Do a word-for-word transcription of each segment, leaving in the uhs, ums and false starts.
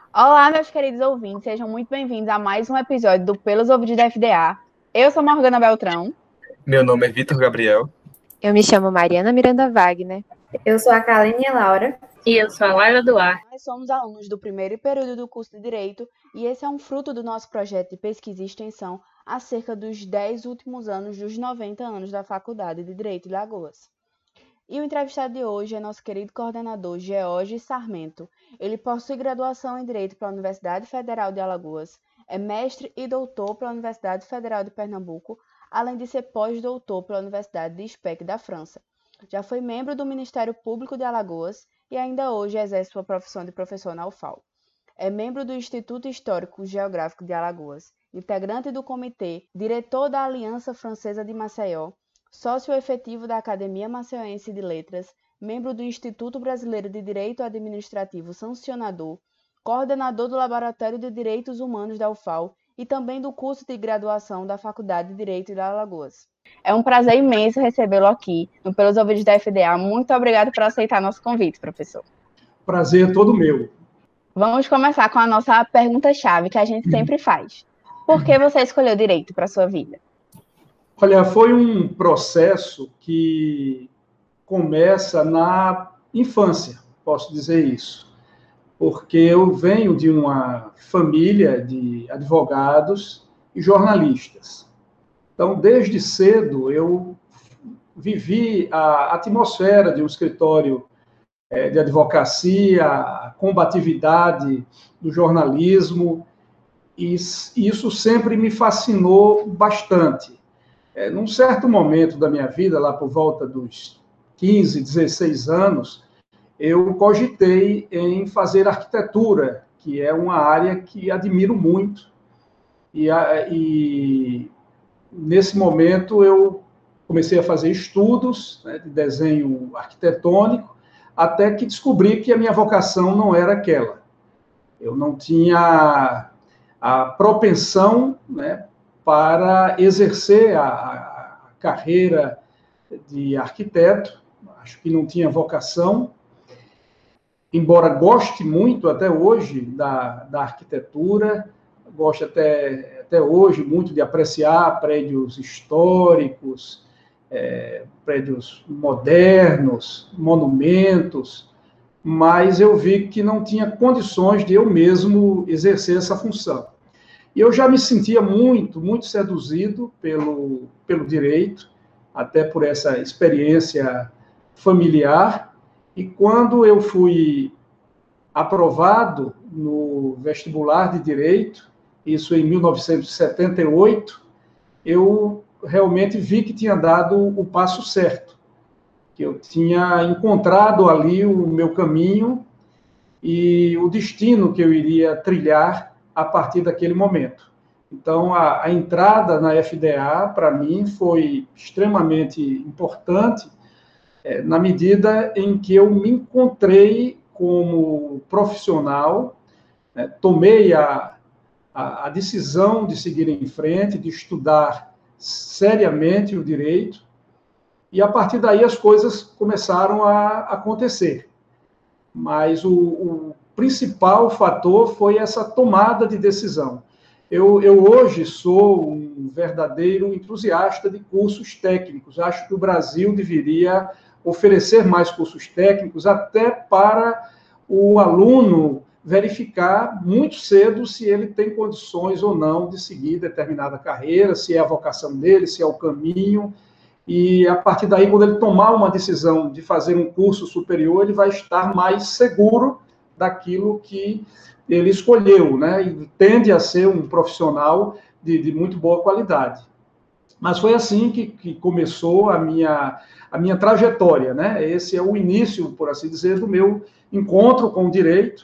Olá, meus queridos ouvintes, sejam muito bem-vindos a mais um episódio do Pelos Ouvidos da F D A. Eu sou Morgana Beltrão. Meu nome é Vitor Gabriel. Eu me chamo Mariana Miranda Wagner. Eu sou a Kaline Laura. E eu sou a Laila Duarte. Nós somos alunos do primeiro período do curso de Direito e esse é um fruto do nosso projeto de pesquisa e extensão acerca dos dez últimos anos dos noventa anos da Faculdade de Direito de Alagoas. E o entrevistado de hoje é nosso querido coordenador George Sarmento. Ele possui graduação em Direito pela Universidade Federal de Alagoas, é mestre e doutor pela Universidade Federal de Pernambuco, além de ser pós-doutor pela Universidade de Spec da França. Já foi membro do Ministério Público de Alagoas e ainda hoje exerce sua profissão de professor na U F A L. É membro do Instituto Histórico Geográfico de Alagoas, integrante do comitê, diretor da Aliança Francesa de Maceió, sócio efetivo da Academia Maceioense de Letras, membro do Instituto Brasileiro de Direito Administrativo Sancionador, coordenador do Laboratório de Direitos Humanos da U F A L e também do curso de graduação da Faculdade de Direito de Alagoas. É um prazer imenso recebê-lo aqui no Pelos Ouvidos da F D A. Muito obrigado por aceitar nosso convite, professor. Prazer todo meu. Vamos começar com a nossa pergunta-chave que a gente sempre faz. Por que você escolheu direito para a sua vida? Olha, foi um processo que começa na infância, posso dizer isso, porque eu venho de uma família de advogados e jornalistas. Então, desde cedo, eu vivi a atmosfera de um escritório de advocacia, a combatividade do jornalismo, e isso sempre me fascinou bastante. É, num certo momento da minha vida, lá por volta dos quinze, dezesseis anos, eu cogitei em fazer arquitetura, que é uma área que admiro muito. E, e nesse momento eu comecei a fazer estudos, né, de desenho arquitetônico, até que descobri que a minha vocação não era aquela. Eu não tinha a propensão, né, para exercer a, a carreira de arquiteto, acho que não tinha vocação, embora goste muito até hoje da, da arquitetura, gosto até, até hoje muito de apreciar prédios históricos, é, prédios modernos, monumentos, mas eu vi que não tinha condições de eu mesmo exercer essa função. E eu já me sentia muito, muito seduzido pelo, pelo direito, até por essa experiência familiar. E quando eu fui aprovado no vestibular de Direito, isso em mil novecentos e setenta e oito, eu realmente vi que tinha dado o passo certo, que eu tinha encontrado ali o meu caminho e o destino que eu iria trilhar a partir daquele momento. Então, a, a entrada na F D A, para mim, foi extremamente importante, é, na medida em que eu me encontrei como profissional, né, tomei a, a, a decisão de seguir em frente, de estudar seriamente o direito, e a partir daí as coisas começaram a acontecer. Mas o, o principal fator foi essa tomada de decisão. Eu, eu hoje sou um verdadeiro entusiasta de cursos técnicos. Acho que o Brasil deveria oferecer mais cursos técnicos, até para o aluno verificar muito cedo se ele tem condições ou não de seguir determinada carreira, se é a vocação dele, se é o caminho. E, a partir daí, quando ele tomar uma decisão de fazer um curso superior, ele vai estar mais seguro daquilo que ele escolheu, né? E tende a ser um profissional de, de muito boa qualidade. Mas foi assim que, que começou a minha, a minha trajetória, né? Esse é o início, por assim dizer, do meu encontro com o direito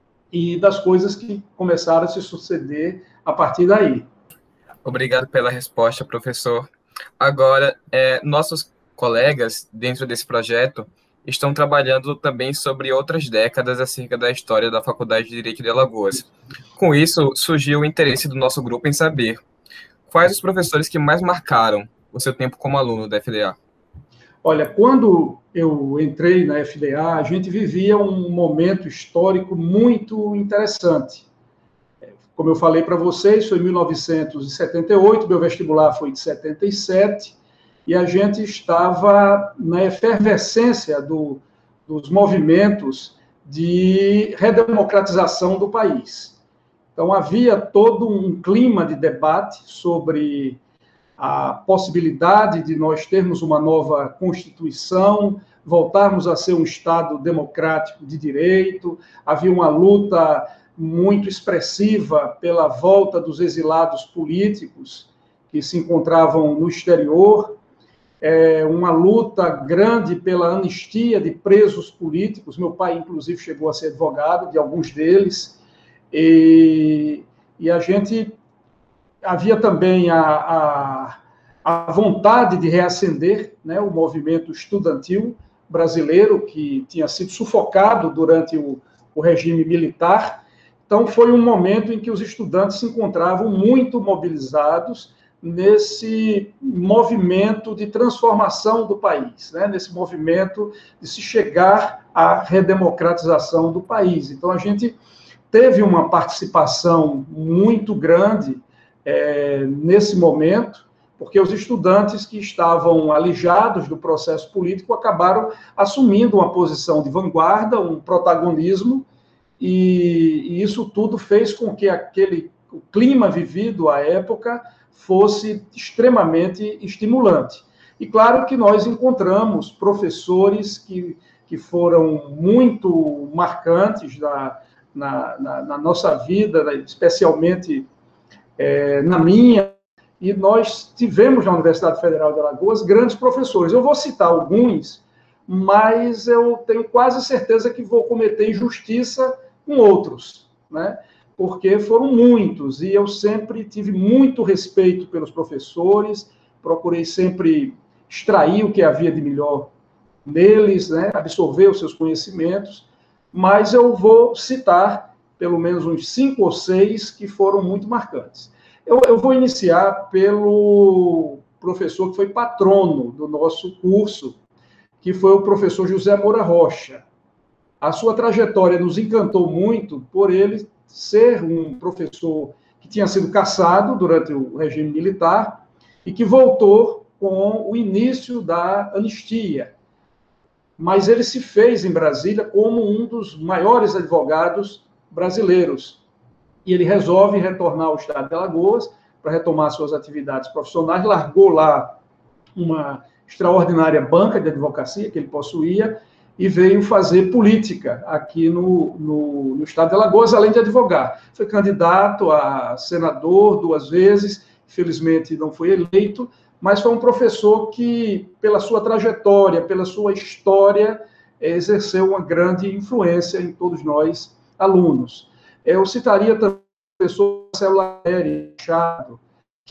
e das coisas que começaram a se suceder a partir daí. Obrigado pela resposta, professor. Agora, é, nossos colegas, dentro desse projeto, estão trabalhando também sobre outras décadas acerca da história da Faculdade de Direito de Alagoas. Com isso, surgiu o interesse do nosso grupo em saber quais os professores que mais marcaram o seu tempo como aluno da F D A. Olha, quando eu entrei na F D A, a gente vivia um momento histórico muito interessante. Como eu falei para vocês, foi em mil novecentos e setenta e oito, meu vestibular foi de setenta e sete, e a gente estava na efervescência do, dos movimentos de redemocratização do país. Então, havia todo um clima de debate sobre a possibilidade de nós termos uma nova Constituição, voltarmos a ser um Estado democrático de direito. Havia uma luta muito expressiva pela volta dos exilados políticos que se encontravam no exterior, é, uma luta grande pela anistia de presos políticos. Meu pai, inclusive, chegou a ser advogado de alguns deles, e, e a gente... Havia também a, a, a vontade de reacender, né, o movimento estudantil brasileiro, que tinha sido sufocado durante o, o regime militar. Então, foi um momento em que os estudantes se encontravam muito mobilizados nesse movimento de transformação do país, né, nesse movimento de se chegar à redemocratização do país. Então, a gente teve uma participação muito grande É, nesse momento, porque os estudantes que estavam alijados do processo político acabaram assumindo uma posição de vanguarda, um protagonismo, e, e isso tudo fez com que aquele o clima vivido à época fosse extremamente estimulante. E claro que nós encontramos professores que, que foram muito marcantes na, na, na, na nossa vida, especialmente É, na minha, e nós tivemos na Universidade Federal de Alagoas grandes professores. Eu vou citar alguns, mas eu tenho quase certeza que vou cometer injustiça com outros, né? Porque foram muitos, e eu sempre tive muito respeito pelos professores, procurei sempre extrair o que havia de melhor neles, né? Absorver os seus conhecimentos, mas eu vou citar pelo menos uns cinco ou seis que foram muito marcantes. Eu, eu vou iniciar pelo professor que foi patrono do nosso curso, que foi o professor José Moura Rocha. A sua trajetória nos encantou muito por ele ser um professor que tinha sido cassado durante o regime militar e que voltou com o início da anistia. Mas ele se fez em Brasília como um dos maiores advogados brasileiros. E ele resolve retornar ao estado de Alagoas para retomar suas atividades profissionais, largou lá uma extraordinária banca de advocacia que ele possuía e veio fazer política aqui no, no, no estado de Alagoas, além de advogar. Foi candidato a senador duas vezes, infelizmente não foi eleito, mas foi um professor que, pela sua trajetória, pela sua história, exerceu uma grande influência em todos nós, alunos. Eu citaria também o professor Marcelo Machado,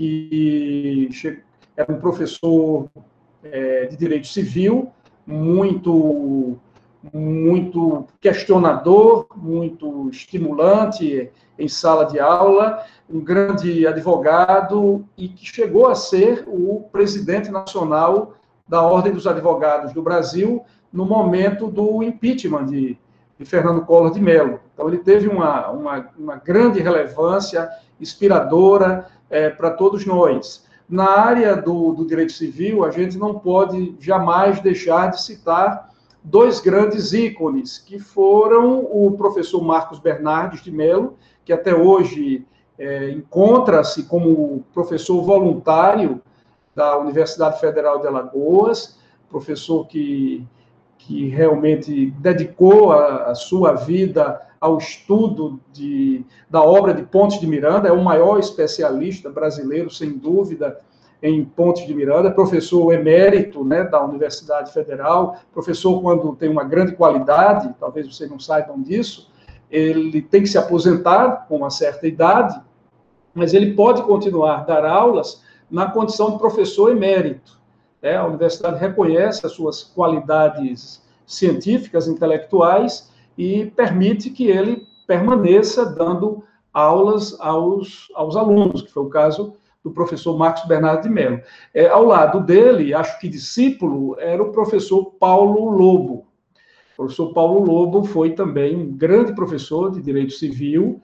que era um professor é, de direito civil, muito, muito questionador, muito estimulante em sala de aula, um grande advogado e que chegou a ser o presidente nacional da Ordem dos Advogados do Brasil no momento do impeachment de de Fernando Collor de Mello. Então, ele teve uma, uma, uma grande relevância inspiradora é, para todos nós. Na área do, do direito civil, a gente não pode jamais deixar de citar dois grandes ícones, que foram o professor Marcos Bernardes de Mello, que até hoje é, encontra-se como professor voluntário da Universidade Federal de Alagoas, professor que que realmente dedicou a, a sua vida ao estudo de, da obra de Pontes de Miranda, é o maior especialista brasileiro, sem dúvida, em Pontes de Miranda, professor emérito, né, da Universidade Federal, professor quando tem uma grande qualidade, talvez vocês não saibam disso, ele tem que se aposentar com uma certa idade, mas ele pode continuar a dar aulas na condição de professor emérito. É, a universidade reconhece as suas qualidades científicas, intelectuais, e permite que ele permaneça dando aulas aos, aos alunos, que foi o caso do professor Marcos Bernardo de Mello. É, ao lado dele, acho que discípulo, era o professor Paulo Lobo. O professor Paulo Lobo foi também um grande professor de Direito Civil,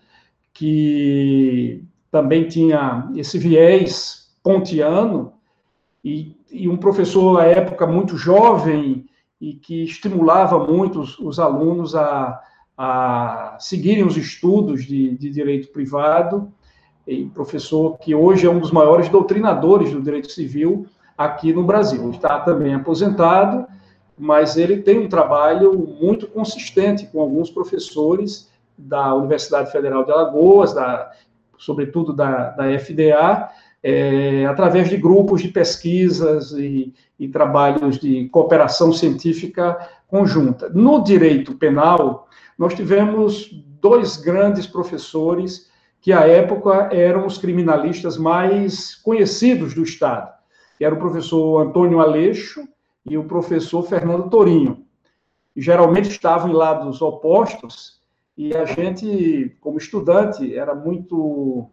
que também tinha esse viés pontiano, e, e um professor, à época, muito jovem, e que estimulava muito os, os alunos a, a seguirem os estudos de, de direito privado, e professor que hoje é um dos maiores doutrinadores do direito civil aqui no Brasil. Ele está também aposentado, mas ele tem um trabalho muito consistente com alguns professores da Universidade Federal de Alagoas, da, sobretudo da, da F D A, é, através de grupos de pesquisas e, e trabalhos de cooperação científica conjunta. No direito penal, nós tivemos dois grandes professores que, à época, eram os criminalistas mais conhecidos do Estado, que era o professor Antônio Aleixo e o professor Fernando Torinho. Geralmente estavam em lados opostos, e a gente, como estudante, era muito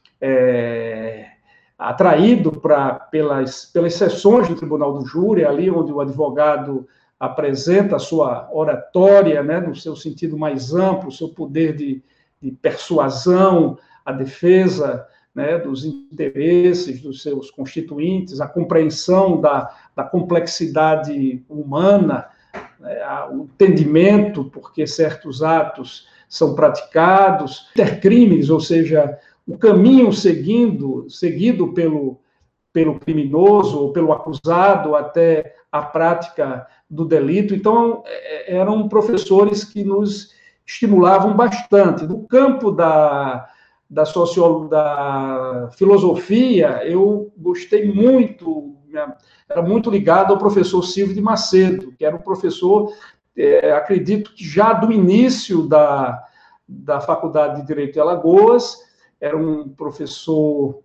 é, atraído pra, pelas, pelas sessões do Tribunal do Júri, ali onde o advogado apresenta a sua oratória, né, no seu sentido mais amplo, o seu poder de, de persuasão, a defesa, né, dos interesses dos seus constituintes, a compreensão da, da complexidade humana, né, o entendimento por que certos atos são praticados, intercrimes, ou seja, o caminho seguindo, seguido pelo, pelo criminoso ou pelo acusado até a prática do delito. Então, eram professores que nos estimulavam bastante. No campo da, da, sociolo, da filosofia, eu gostei muito, era muito ligado ao professor Silvio de Macedo, que era um professor, é, acredito que já do início da, da Faculdade de Direito de Alagoas, era um professor,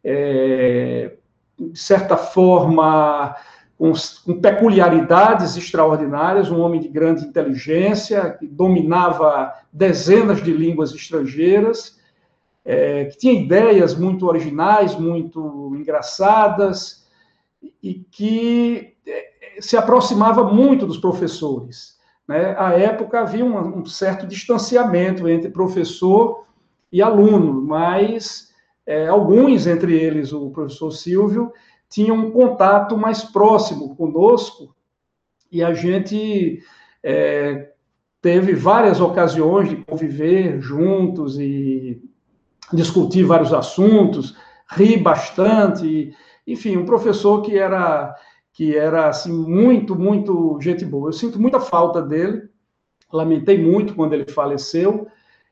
é, de certa forma, com, com peculiaridades extraordinárias, um homem de grande inteligência, que dominava dezenas de línguas estrangeiras, é, que tinha ideias muito originais, muito engraçadas, e que se aproximava muito dos professores, né? À época havia um, um certo distanciamento entre professor e aluno, mas é, alguns, entre eles o professor Silvio, tinham um contato mais próximo conosco, e a gente é, teve várias ocasiões de conviver juntos e discutir vários assuntos, rir bastante, enfim, um professor que era, que era assim, muito, muito gente boa. Eu sinto muita falta dele, lamentei muito quando ele faleceu,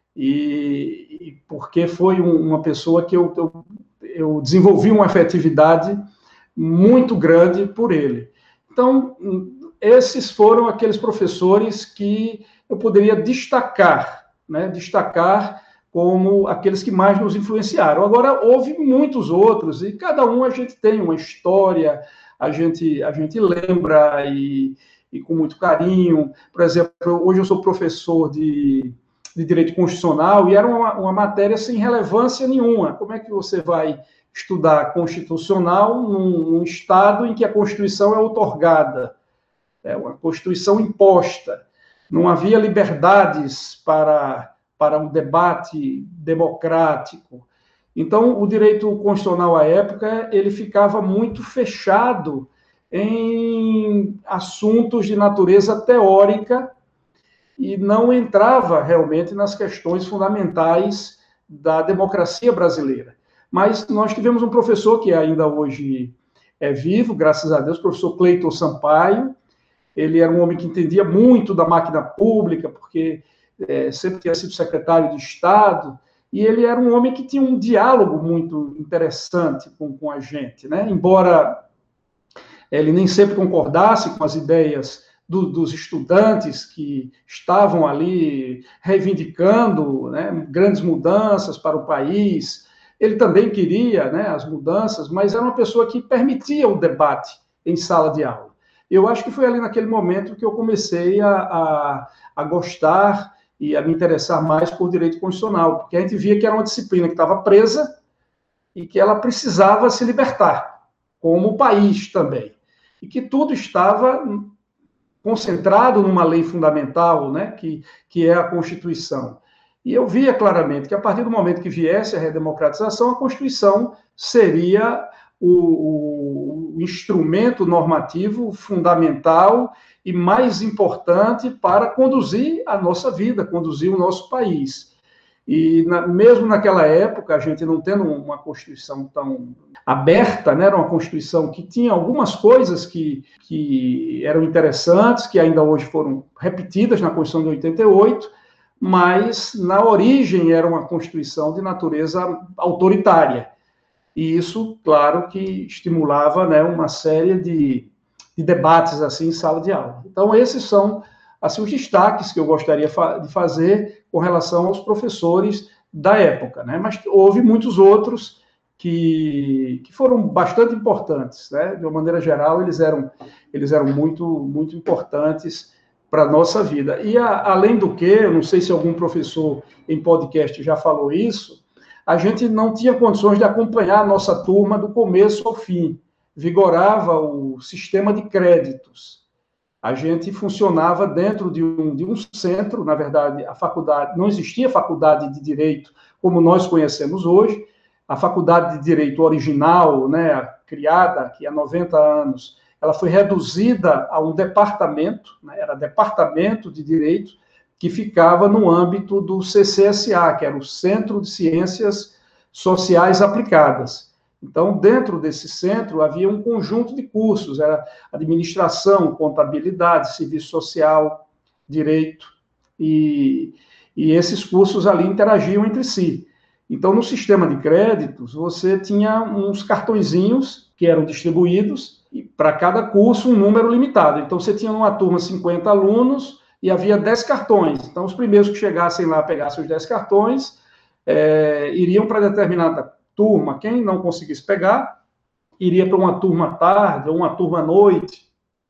e, e porque foi um, uma pessoa que eu, eu, eu desenvolvi uma afetividade muito grande por ele. Então, esses foram aqueles professores que eu poderia destacar, né, destacar como aqueles que mais nos influenciaram. Agora, houve muitos outros, e cada um a gente tem uma história, a gente, a gente lembra, e, e com muito carinho. Por exemplo, hoje eu sou professor de, de Direito Constitucional, e era uma, uma matéria sem relevância nenhuma. Como é que você vai estudar constitucional num, num Estado em que a Constituição é outorgada? É uma Constituição imposta. Não havia liberdades para, para um debate democrático. Então, o direito constitucional, à época, ele ficava muito fechado em assuntos de natureza teórica e não entrava realmente nas questões fundamentais da democracia brasileira. Mas nós tivemos um professor que ainda hoje é vivo, graças a Deus, o professor Cleiton Sampaio. Ele era um homem que entendia muito da máquina pública, porque é, sempre tinha sido secretário de Estado, e ele era um homem que tinha um diálogo muito interessante com, com a gente, né? Embora ele nem sempre concordasse com as ideias do, dos estudantes que estavam ali reivindicando, né, grandes mudanças para o país, ele também queria, né, as mudanças, mas era uma pessoa que permitia o debate em sala de aula. Eu acho que foi ali naquele momento que eu comecei a, a, a gostar e a me interessar mais por direito constitucional, porque a gente via que era uma disciplina que estava presa, e que ela precisava se libertar, como o país também, e que tudo estava concentrado numa lei fundamental, né, que, que é a Constituição. E eu via claramente que, a partir do momento que viesse a redemocratização, a Constituição seria o, o instrumento normativo fundamental e mais importante para conduzir a nossa vida, conduzir o nosso país. E na, mesmo naquela época, a gente não tendo uma Constituição tão aberta, né, era uma Constituição que tinha algumas coisas que, que eram interessantes, que ainda hoje foram repetidas na Constituição de oitenta e oito, mas na origem era uma Constituição de natureza autoritária. E isso, claro, que estimulava, né, uma série de, de debates assim, em sala de aula. Então, esses são assim, os destaques que eu gostaria de fazer com relação aos professores da época, né? Mas houve muitos outros que, que foram bastante importantes, né? De uma maneira geral, eles eram, eles eram muito, muito importantes para a nossa vida. E, a, além do que, eu não sei se algum professor em podcast já falou isso, a gente não tinha condições de acompanhar a nossa turma do começo ao fim. Vigorava o sistema de créditos. A gente funcionava dentro de um, de um centro, na verdade, a faculdade, não existia faculdade de Direito como nós conhecemos hoje, a faculdade de Direito original, né, criada aqui há noventa anos, ela foi reduzida a um departamento, né, era departamento de Direito, que ficava no âmbito do C C S A, que era o Centro de Ciências Sociais Aplicadas. Então, dentro desse centro, havia um conjunto de cursos, era administração, contabilidade, serviço social, direito, e, e esses cursos ali interagiam entre si. Então, no sistema de créditos, você tinha uns cartõezinhos que eram distribuídos, e para cada curso um número limitado. Então, você tinha numa turma cinquenta alunos e havia dez cartões. Então, os primeiros que chegassem lá, pegassem os dez cartões, é, iriam para determinada turma. Quem não conseguisse pegar, iria para uma turma à tarde ou uma turma à noite,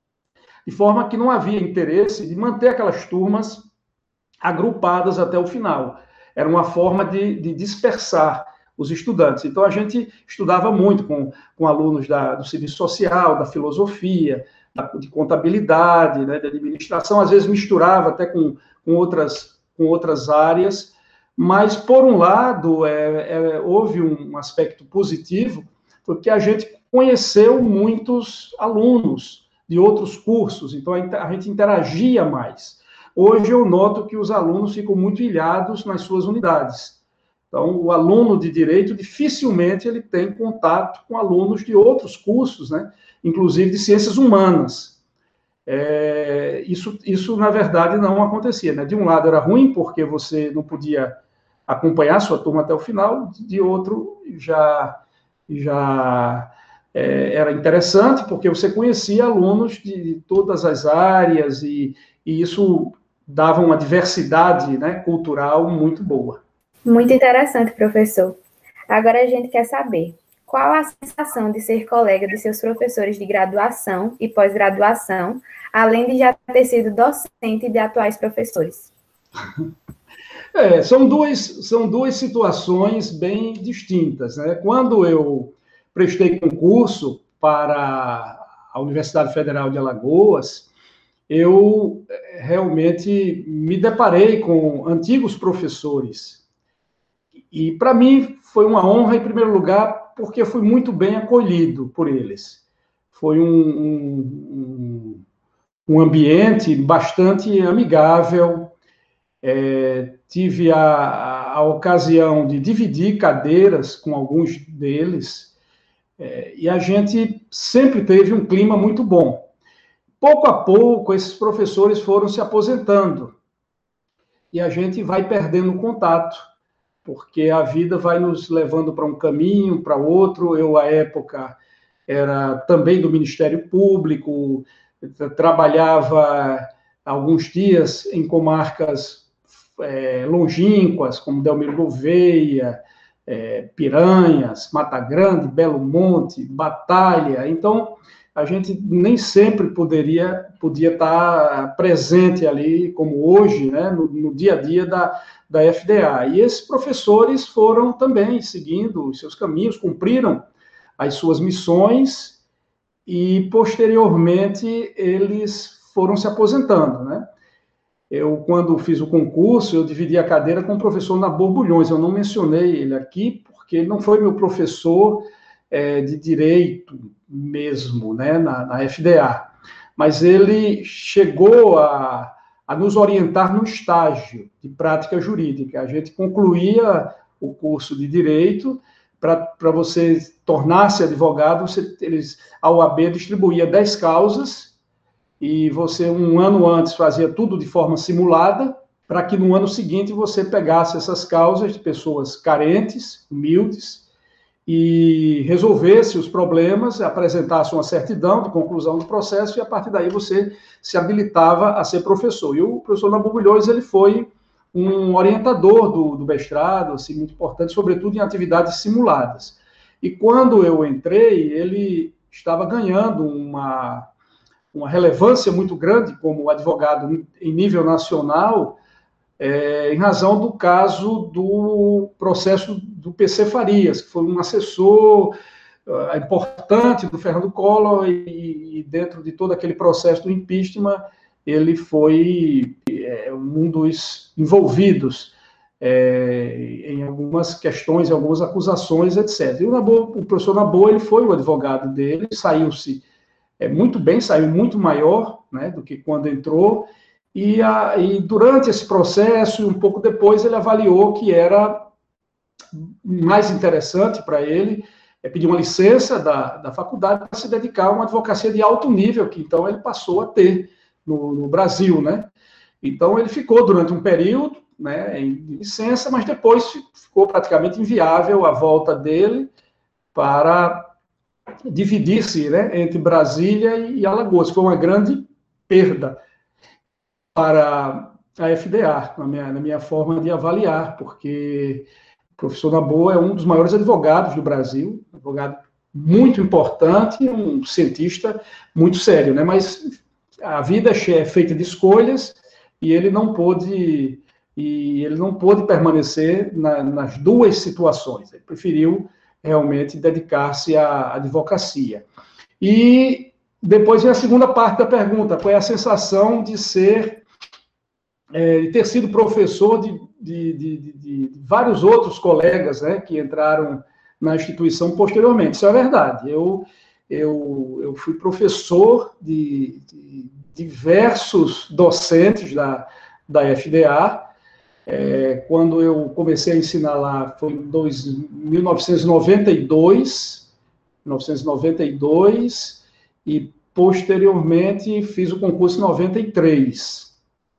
de forma que não havia interesse de manter aquelas turmas agrupadas até o final. Era uma forma de, de dispersar os estudantes. Então, a gente estudava muito com, com alunos da, do serviço social, da filosofia, da, de contabilidade, né, de administração, às vezes misturava até com, com, outras, com outras áreas. Mas, por um lado, é, é, houve um aspecto positivo, porque a gente conheceu muitos alunos de outros cursos, então a gente interagia mais. Hoje eu noto que os alunos ficam muito ilhados nas suas unidades. Então, o aluno de Direito, dificilmente ele tem contato com alunos de outros cursos, né? Inclusive de Ciências Humanas. É, isso, isso, na verdade, não acontecia, né? De um lado era ruim, porque você não podia acompanhar a sua turma até o final, de outro já, já é, era interessante, porque você conhecia alunos de, de todas as áreas, e, e isso dava uma diversidade, né, cultural muito boa. Muito interessante, professor. Agora a gente quer saber, qual a sensação de ser colega de seus professores de graduação e pós-graduação, além de já ter sido docente de atuais professores? É, são duas, são duas situações bem distintas, né? Quando eu prestei concurso para a Universidade Federal de Alagoas, eu realmente me deparei com antigos professores. E, para mim, foi uma honra, em primeiro lugar, porque eu fui muito bem acolhido por eles. Foi um, um, um ambiente bastante amigável. É, tive a, a ocasião de dividir cadeiras com alguns deles, é, e a gente sempre teve um clima muito bom. Pouco a pouco, esses professores foram se aposentando, e a gente vai perdendo contato, porque a vida vai nos levando para um caminho, para outro. Eu, à época, era também do Ministério Público, trabalhava alguns dias em comarcas É, longínquas, como Delmiro Gouveia, é, Piranhas, Mata Grande, Belo Monte, Batalha. Então, a gente nem sempre poderia podia estar presente ali, como hoje, né, no, no dia a dia da, da F D A. E esses professores foram também seguindo os seus caminhos, cumpriram as suas missões e, posteriormente, eles foram se aposentando, né? Eu, quando fiz o concurso, eu dividi a cadeira com o professor Nabor Bulhões. Eu não mencionei ele aqui, porque ele não foi meu professor é, de direito mesmo, né, na, na F D A. Mas ele chegou a, a nos orientar no estágio de prática jurídica. A gente concluía o curso de direito, para você tornar-se advogado, você, eles, a O A B distribuía dez causas, e você, um ano antes, fazia tudo de forma simulada, para que no ano seguinte você pegasse essas causas de pessoas carentes, humildes, e resolvesse os problemas, apresentasse uma certidão de conclusão do processo, e a partir daí você se habilitava a ser professor. E o professor Nabor Bulhões, ele foi um orientador do, do mestrado, assim, muito importante, sobretudo em atividades simuladas. E quando eu entrei, ele estava ganhando uma... uma relevância muito grande como advogado em nível nacional, é, em razão do caso do processo do P C Farias, que foi um assessor uh, importante do Fernando Collor, e, e dentro de todo aquele processo do impeachment, ele foi é, um dos envolvidos é, em algumas questões, em algumas acusações, etcétera. E o, Nabor, o professor Nabor, ele foi o advogado dele, saiu-se É, muito bem, saiu muito maior, né, do que quando entrou, e, a, e durante esse processo, e um pouco depois, ele avaliou que era mais interessante para ele é, pedir uma licença da, da faculdade para se dedicar a uma advocacia de alto nível, que então ele passou a ter no, no Brasil, né? Então ele ficou durante um período, né, em licença, mas depois ficou praticamente inviável a volta dele para dividir-se, né, entre Brasília e Alagoas. Foi uma grande perda para a F D A, na minha, na minha forma de avaliar, porque o professor Nabor é um dos maiores advogados do Brasil, um advogado muito importante, um cientista muito sério, né? Mas a vida é feita de escolhas e ele não pôde, e ele não pôde permanecer na, nas duas situações. Ele preferiu realmente dedicar-se à advocacia. E depois vem a segunda parte da pergunta, qual é a sensação de ser, é, de ter sido professor de, de, de, de, de vários outros colegas, né, que entraram na instituição posteriormente. Isso é verdade. Eu, eu, eu fui professor de, de diversos docentes da, da F D A. É, quando eu comecei a ensinar lá, foi em mil novecentos e noventa e dois, mil novecentos e noventa e dois, e posteriormente fiz o concurso em noventa e três.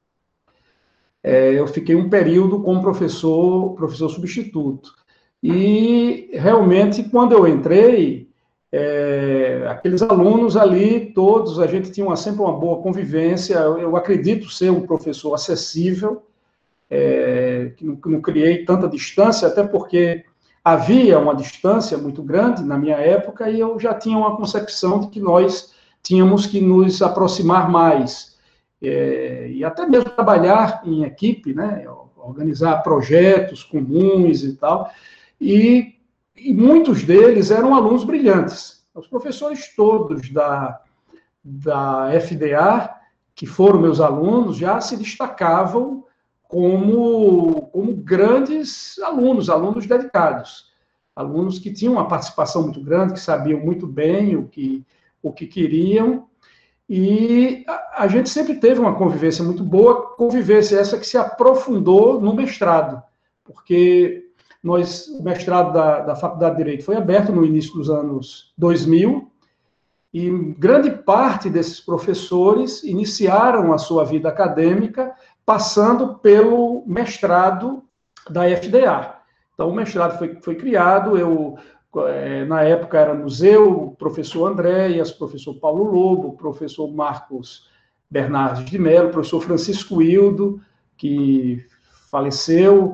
É, eu fiquei um período como professor, professor substituto. E, realmente, quando eu entrei, é, aqueles alunos ali, todos, a gente tinha uma, sempre uma boa convivência. Eu, eu acredito ser um professor acessível, É, que, não, que não criei tanta distância, até porque havia uma distância muito grande na minha época e eu já tinha uma concepção de que nós tínhamos que nos aproximar mais, é, e até mesmo trabalhar em equipe, né, organizar projetos comuns e tal, e, e muitos deles eram alunos brilhantes. Os professores todos da, da F D A, que foram meus alunos, já se destacavam Como, como grandes alunos, alunos dedicados, alunos que tinham uma participação muito grande, que sabiam muito bem o que, o que queriam, e a, a gente sempre teve uma convivência muito boa, convivência essa que se aprofundou no mestrado, porque nós, o mestrado da, da Faculdade de Direito foi aberto no início dos anos dois mil, e grande parte desses professores iniciaram a sua vida acadêmica passando pelo mestrado da F D A. Então, o mestrado foi, foi criado, eu, na época, era museu, o professor Andréas, professor Paulo Lobo, professor Marcos Bernardes de Mello, professor Francisco Hildo, que faleceu,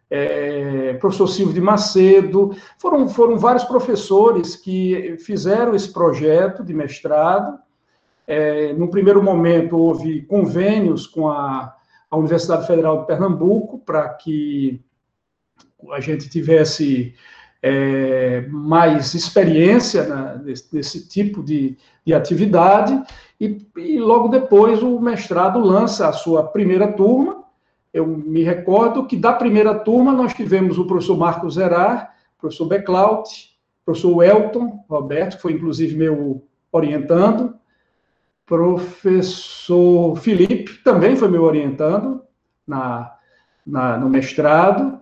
é, professor Silvio de Macedo, foram, foram vários professores que fizeram esse projeto de mestrado. É, no primeiro momento, houve convênios com a, a Universidade Federal de Pernambuco para que a gente tivesse é, mais experiência, né, desse, desse tipo de, de atividade, e, e logo depois o mestrado lança a sua primeira turma. Eu me recordo que da primeira turma nós tivemos o professor Marcos Zerar, professor Beclaut, professor Elton Roberto, que foi inclusive meu orientando, professor Felipe, também foi meu orientando na, na, no mestrado,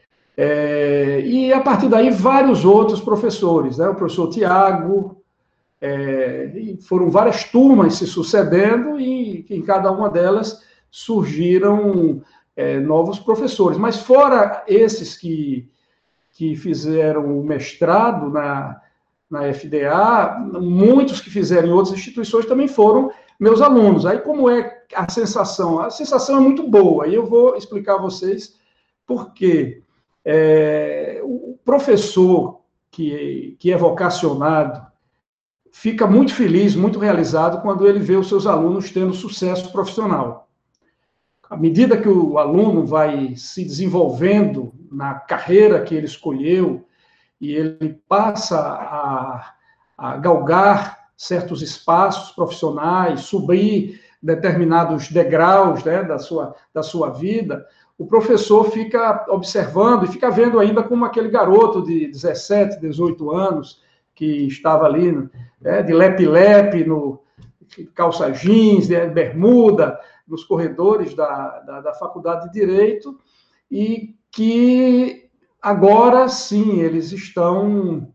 é, e a partir daí vários outros professores, né? O professor Tiago, é, foram várias turmas se sucedendo e em cada uma delas surgiram é, novos professores. Mas fora esses que, que fizeram o mestrado na na F D A, muitos que fizeram em outras instituições também foram meus alunos. Aí, como é a sensação? A sensação é muito boa, e eu vou explicar a vocês por quê. É, o professor que, que é vocacionado fica muito feliz, muito realizado, quando ele vê os seus alunos tendo sucesso profissional. À medida que o aluno vai se desenvolvendo na carreira que ele escolheu, e ele passa a, a galgar certos espaços profissionais, subir determinados degraus, né, da, sua, da sua vida, o professor fica observando e fica vendo ainda como aquele garoto de dezessete, dezoito anos, que estava ali, né, de lepe-lepe, no calça jeans, de bermuda, nos corredores da, da, da Faculdade de Direito, e que agora, sim, eles estão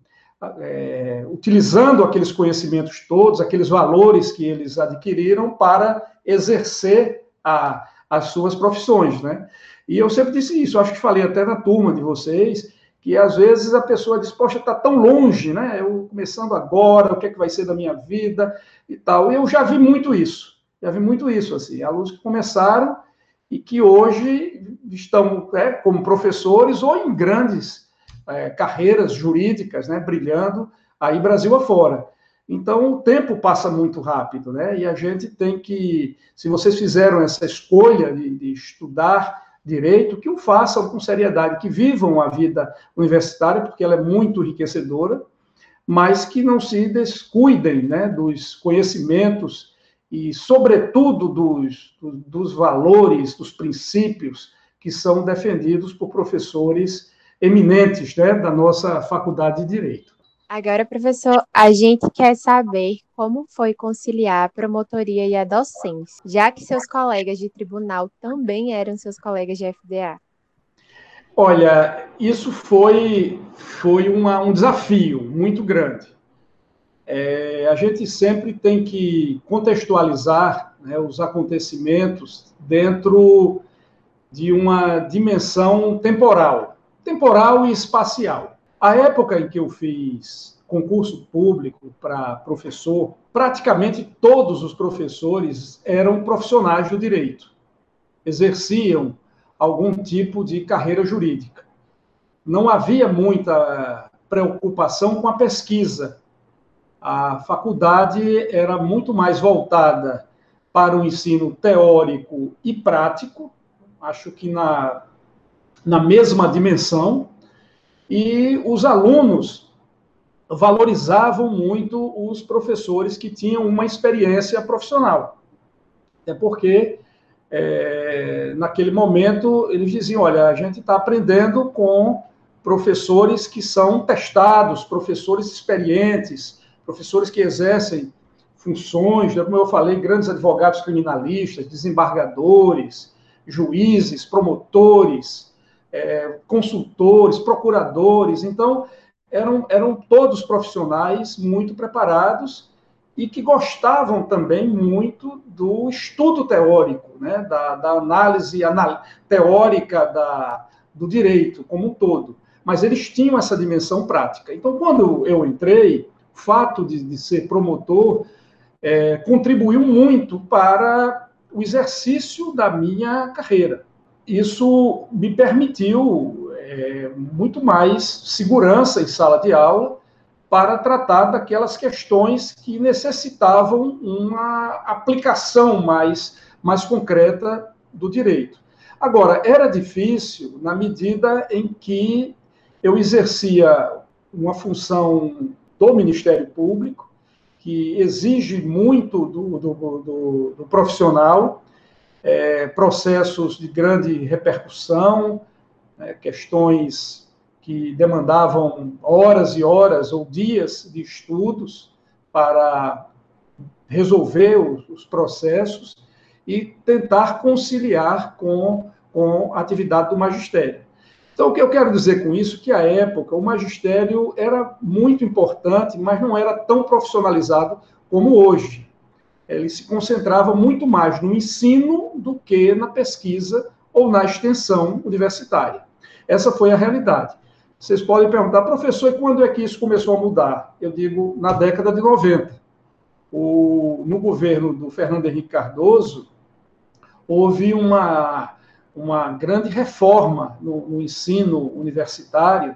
é, utilizando aqueles conhecimentos todos, aqueles valores que eles adquiriram para exercer a, as suas profissões, né? E eu sempre disse isso, acho que falei até na turma de vocês, que às vezes a pessoa diz, poxa, está tão longe, né? Eu começando agora, o que é que vai ser da minha vida e tal. Eu já vi muito isso, já vi muito isso, assim, alunos que começaram e que hoje estão é, como professores ou em grandes é, carreiras jurídicas, né, brilhando aí Brasil afora. Então, o tempo passa muito rápido, né, e a gente tem que, se vocês fizeram essa escolha de, de estudar direito, que o façam com seriedade, que vivam a vida universitária, porque ela é muito enriquecedora, mas que não se descuidem, né, dos conhecimentos e, sobretudo, dos, dos valores, dos princípios que são defendidos por professores eminentes, né, da nossa Faculdade de Direito. Agora, professor, a gente quer saber como foi conciliar a promotoria e a docência, já que seus colegas de tribunal também eram seus colegas de F D A. Olha, isso foi, foi uma, um desafio muito grande. É, a gente sempre tem que contextualizar, né, os acontecimentos dentro de uma dimensão temporal, temporal e espacial. A época em que eu fiz concurso público para professor, praticamente todos os professores eram profissionais do direito, exerciam algum tipo de carreira jurídica. Não havia muita preocupação com a pesquisa. A faculdade era muito mais voltada para o ensino teórico e prático, acho que na, na mesma dimensão, e os alunos valorizavam muito os professores que tinham uma experiência profissional. É porque, é, naquele momento, eles diziam, olha, a gente está aprendendo com professores que são testados, professores experientes, professores que exercem funções, como eu falei, grandes advogados criminalistas, desembargadores, juízes, promotores, é, consultores, procuradores. Então, eram, eram todos profissionais muito preparados e que gostavam também muito do estudo teórico, né, da, da análise anal, teórica da, do direito como um todo. Mas eles tinham essa dimensão prática. Então, quando eu entrei, o fato de, de ser promotor é, contribuiu muito para o exercício da minha carreira. Isso me permitiu é, muito mais segurança em sala de aula para tratar daquelas questões que necessitavam uma aplicação mais, mais concreta do direito. Agora, era difícil na medida em que eu exercia uma função do Ministério Público, que exige muito do, do, do, do profissional, é, processos de grande repercussão, né, questões que demandavam horas e horas ou dias de estudos para resolver os, os processos e tentar conciliar com, com a atividade do magistério. Então, o que eu quero dizer com isso é que, à época, o magistério era muito importante, mas não era tão profissionalizado como hoje. Ele se concentrava muito mais no ensino do que na pesquisa ou na extensão universitária. Essa foi a realidade. Vocês podem perguntar, professor, e quando é que isso começou a mudar? Eu digo, na década de noventa. O, no governo do Fernando Henrique Cardoso, houve uma, uma grande reforma no, no ensino universitário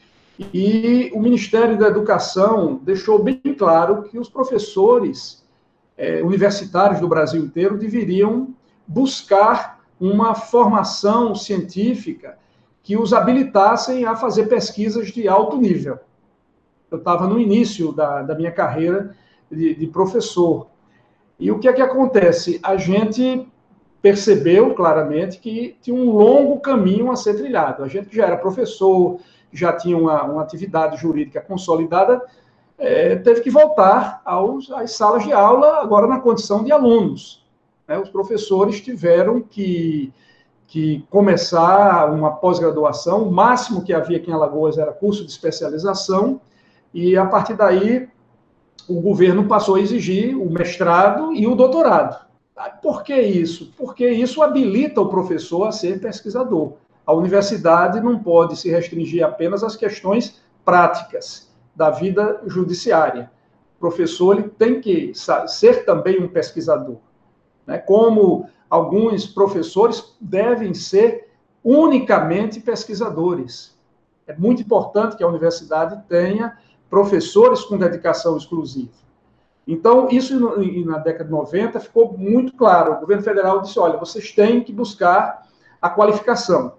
e o Ministério da Educação deixou bem claro que os professores eh, universitários do Brasil inteiro deveriam buscar uma formação científica que os habilitassem a fazer pesquisas de alto nível. Eu estava no início da, da minha carreira de, de professor. E o que é que acontece? A gente percebeu claramente que tinha um longo caminho a ser trilhado. A gente já era professor, já tinha uma, uma atividade jurídica consolidada, é, teve que voltar aos, às salas de aula, agora na condição de alunos. Né? Os professores tiveram que, que começar uma pós-graduação, o máximo que havia aqui em Alagoas era curso de especialização, e a partir daí o governo passou a exigir o mestrado e o doutorado. Por que isso? Porque isso habilita o professor a ser pesquisador. A universidade não pode se restringir apenas às questões práticas da vida judiciária. O professor ele tem que ser também um pesquisador. Né? Como alguns professores devem ser unicamente pesquisadores. É muito importante que a universidade tenha professores com dedicação exclusiva. Então, isso na década de noventa ficou muito claro. O governo federal disse, olha, vocês têm que buscar a qualificação.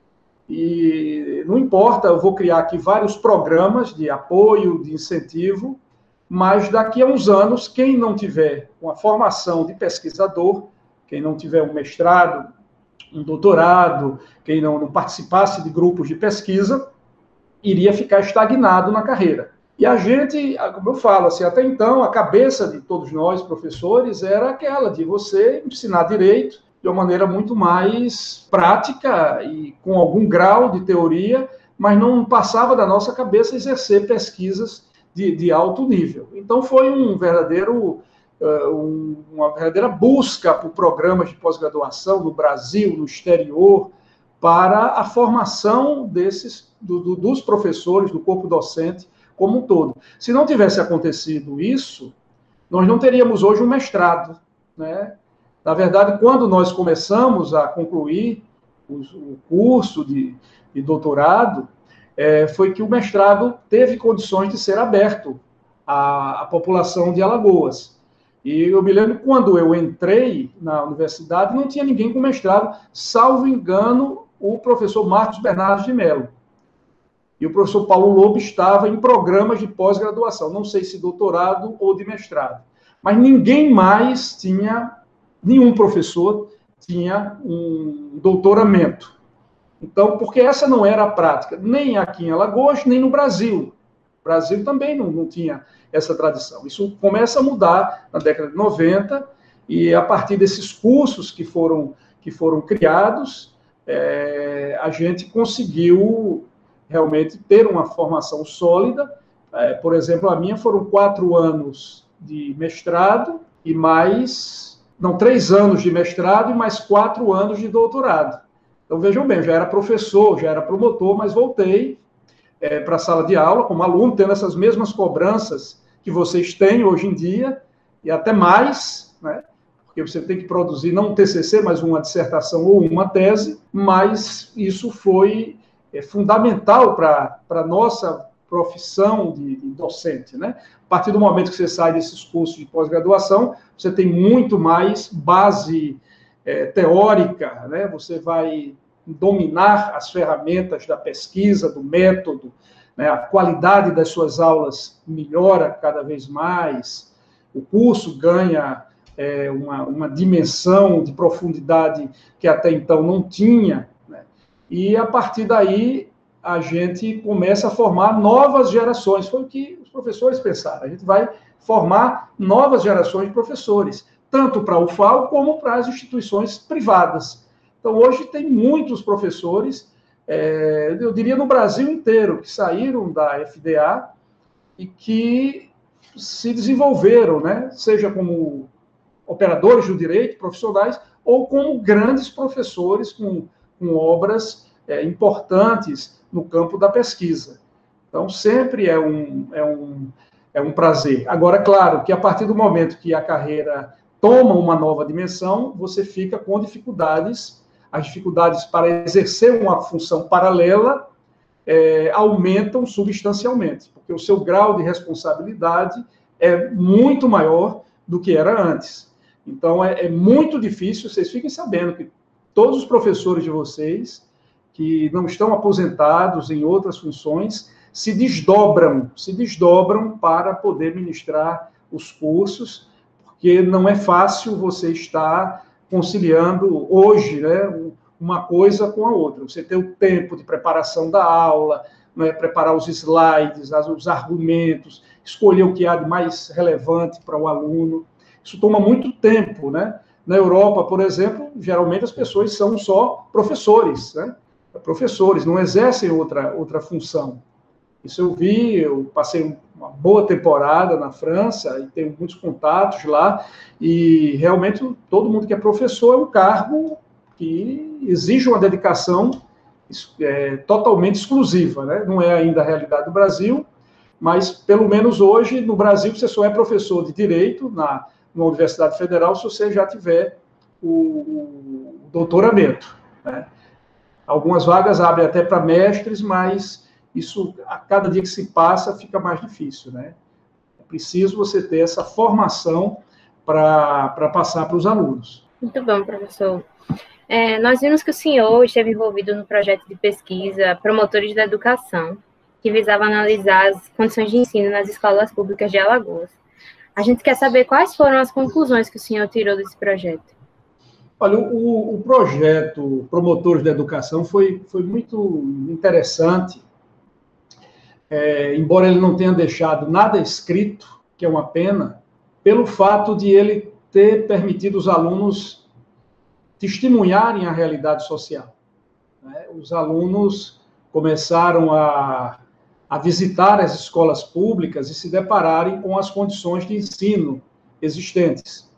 E não importa, eu vou criar aqui vários programas de apoio, de incentivo, mas daqui a uns anos, quem não tiver uma formação de pesquisador, quem não tiver um mestrado, um doutorado, quem não, não participasse de grupos de pesquisa, iria ficar estagnado na carreira. E a gente, como eu falo, assim, até então, a cabeça de todos nós, professores, era aquela de você ensinar direito de uma maneira muito mais prática e com algum grau de teoria, mas não passava da nossa cabeça exercer pesquisas de, de alto nível. Então, foi um verdadeiro, uh, um, uma verdadeira busca por programas de pós-graduação no Brasil, no exterior, para a formação desses, do, do, dos professores, do corpo docente, como um todo. Se não tivesse acontecido isso, nós não teríamos hoje um mestrado, né? Na verdade, quando nós começamos a concluir os, o curso de, de doutorado, é, foi que o mestrado teve condições de ser aberto à, à população de Alagoas. E eu me lembro, quando eu entrei na universidade, não tinha ninguém com mestrado, salvo engano, o professor Marcos Bernardes de Mello. E o professor Paulo Lobo estava em programas de pós-graduação, não sei se doutorado ou de mestrado. Mas ninguém mais tinha, nenhum professor tinha um doutoramento. Então, porque essa não era a prática, nem aqui em Alagoas, nem no Brasil. O Brasil também não, não tinha essa tradição. Isso começa a mudar na década de noventa, e a partir desses cursos que foram, que foram criados, é, a gente conseguiu realmente ter uma formação sólida. É, por exemplo, a minha foram quatro anos de mestrado e mais, não, três anos de mestrado e mais quatro anos de doutorado. Então, vejam bem, já era professor, já era promotor, mas voltei é, para a sala de aula como aluno, tendo essas mesmas cobranças que vocês têm hoje em dia, e até mais, né? Porque você tem que produzir não um T C C, mas uma dissertação ou uma tese, mas isso foi é fundamental para a nossa profissão de, de docente, né? A partir do momento que você sai desses cursos de pós-graduação, você tem muito mais base é, teórica, né? Você vai dominar as ferramentas da pesquisa, do método, né? A qualidade das suas aulas melhora cada vez mais, o curso ganha é, uma, uma dimensão de profundidade que até então não tinha, né? E, a partir daí, a gente começa a formar novas gerações. Foi o que os professores pensaram. A gente vai formar novas gerações de professores, tanto para a U F A L como para as instituições privadas. Então, hoje tem muitos professores, é, eu diria no Brasil inteiro, que saíram da F D A e que se desenvolveram, né? Seja como operadores do direito, profissionais, ou como grandes professores com, com obras é, importantes no campo da pesquisa. Então, sempre é um, é, um, é um prazer. Agora, claro, que a partir do momento que a carreira toma uma nova dimensão, você fica com dificuldades, as dificuldades para exercer uma função paralela é, aumentam substancialmente, porque o seu grau de responsabilidade é muito maior do que era antes. Então, é, é muito difícil, vocês fiquem sabendo que todos os professores de vocês que não estão aposentados em outras funções, se desdobram, se desdobram para poder ministrar os cursos, porque não é fácil você estar conciliando hoje, né, uma coisa com a outra. Você tem o tempo de preparação da aula, né, preparar os slides, os argumentos, escolher o que há de mais relevante para o aluno. Isso toma muito tempo, né? Na Europa, por exemplo, geralmente as pessoas são só professores, né? Professores, não exercem outra, outra função. Isso eu vi, eu passei uma boa temporada na França e tenho muitos contatos lá, e realmente todo mundo que é professor é um cargo que exige uma dedicação é, totalmente exclusiva, né? Não é ainda a realidade do Brasil, mas pelo menos hoje no Brasil você só é professor de direito na, na Universidade Federal se você já tiver o, o doutoramento, né? Algumas vagas abrem até para mestres, mas isso, a cada dia que se passa, fica mais difícil, né? É preciso você ter essa formação para passar para os alunos. Muito bom, professor. É, nós vimos que o senhor esteve envolvido no projeto de pesquisa Promotores da Educação, que visava analisar as condições de ensino nas escolas públicas de Alagoas. A gente quer saber quais foram as conclusões que o senhor tirou desse projeto. Olha, o, o projeto Promotores da Educação foi, foi muito interessante, é, embora ele não tenha deixado nada escrito, que é uma pena, pelo fato de ele ter permitido os alunos testemunharem a realidade social, né? Os alunos começaram a, a visitar as escolas públicas e se depararem com as condições de ensino existentes.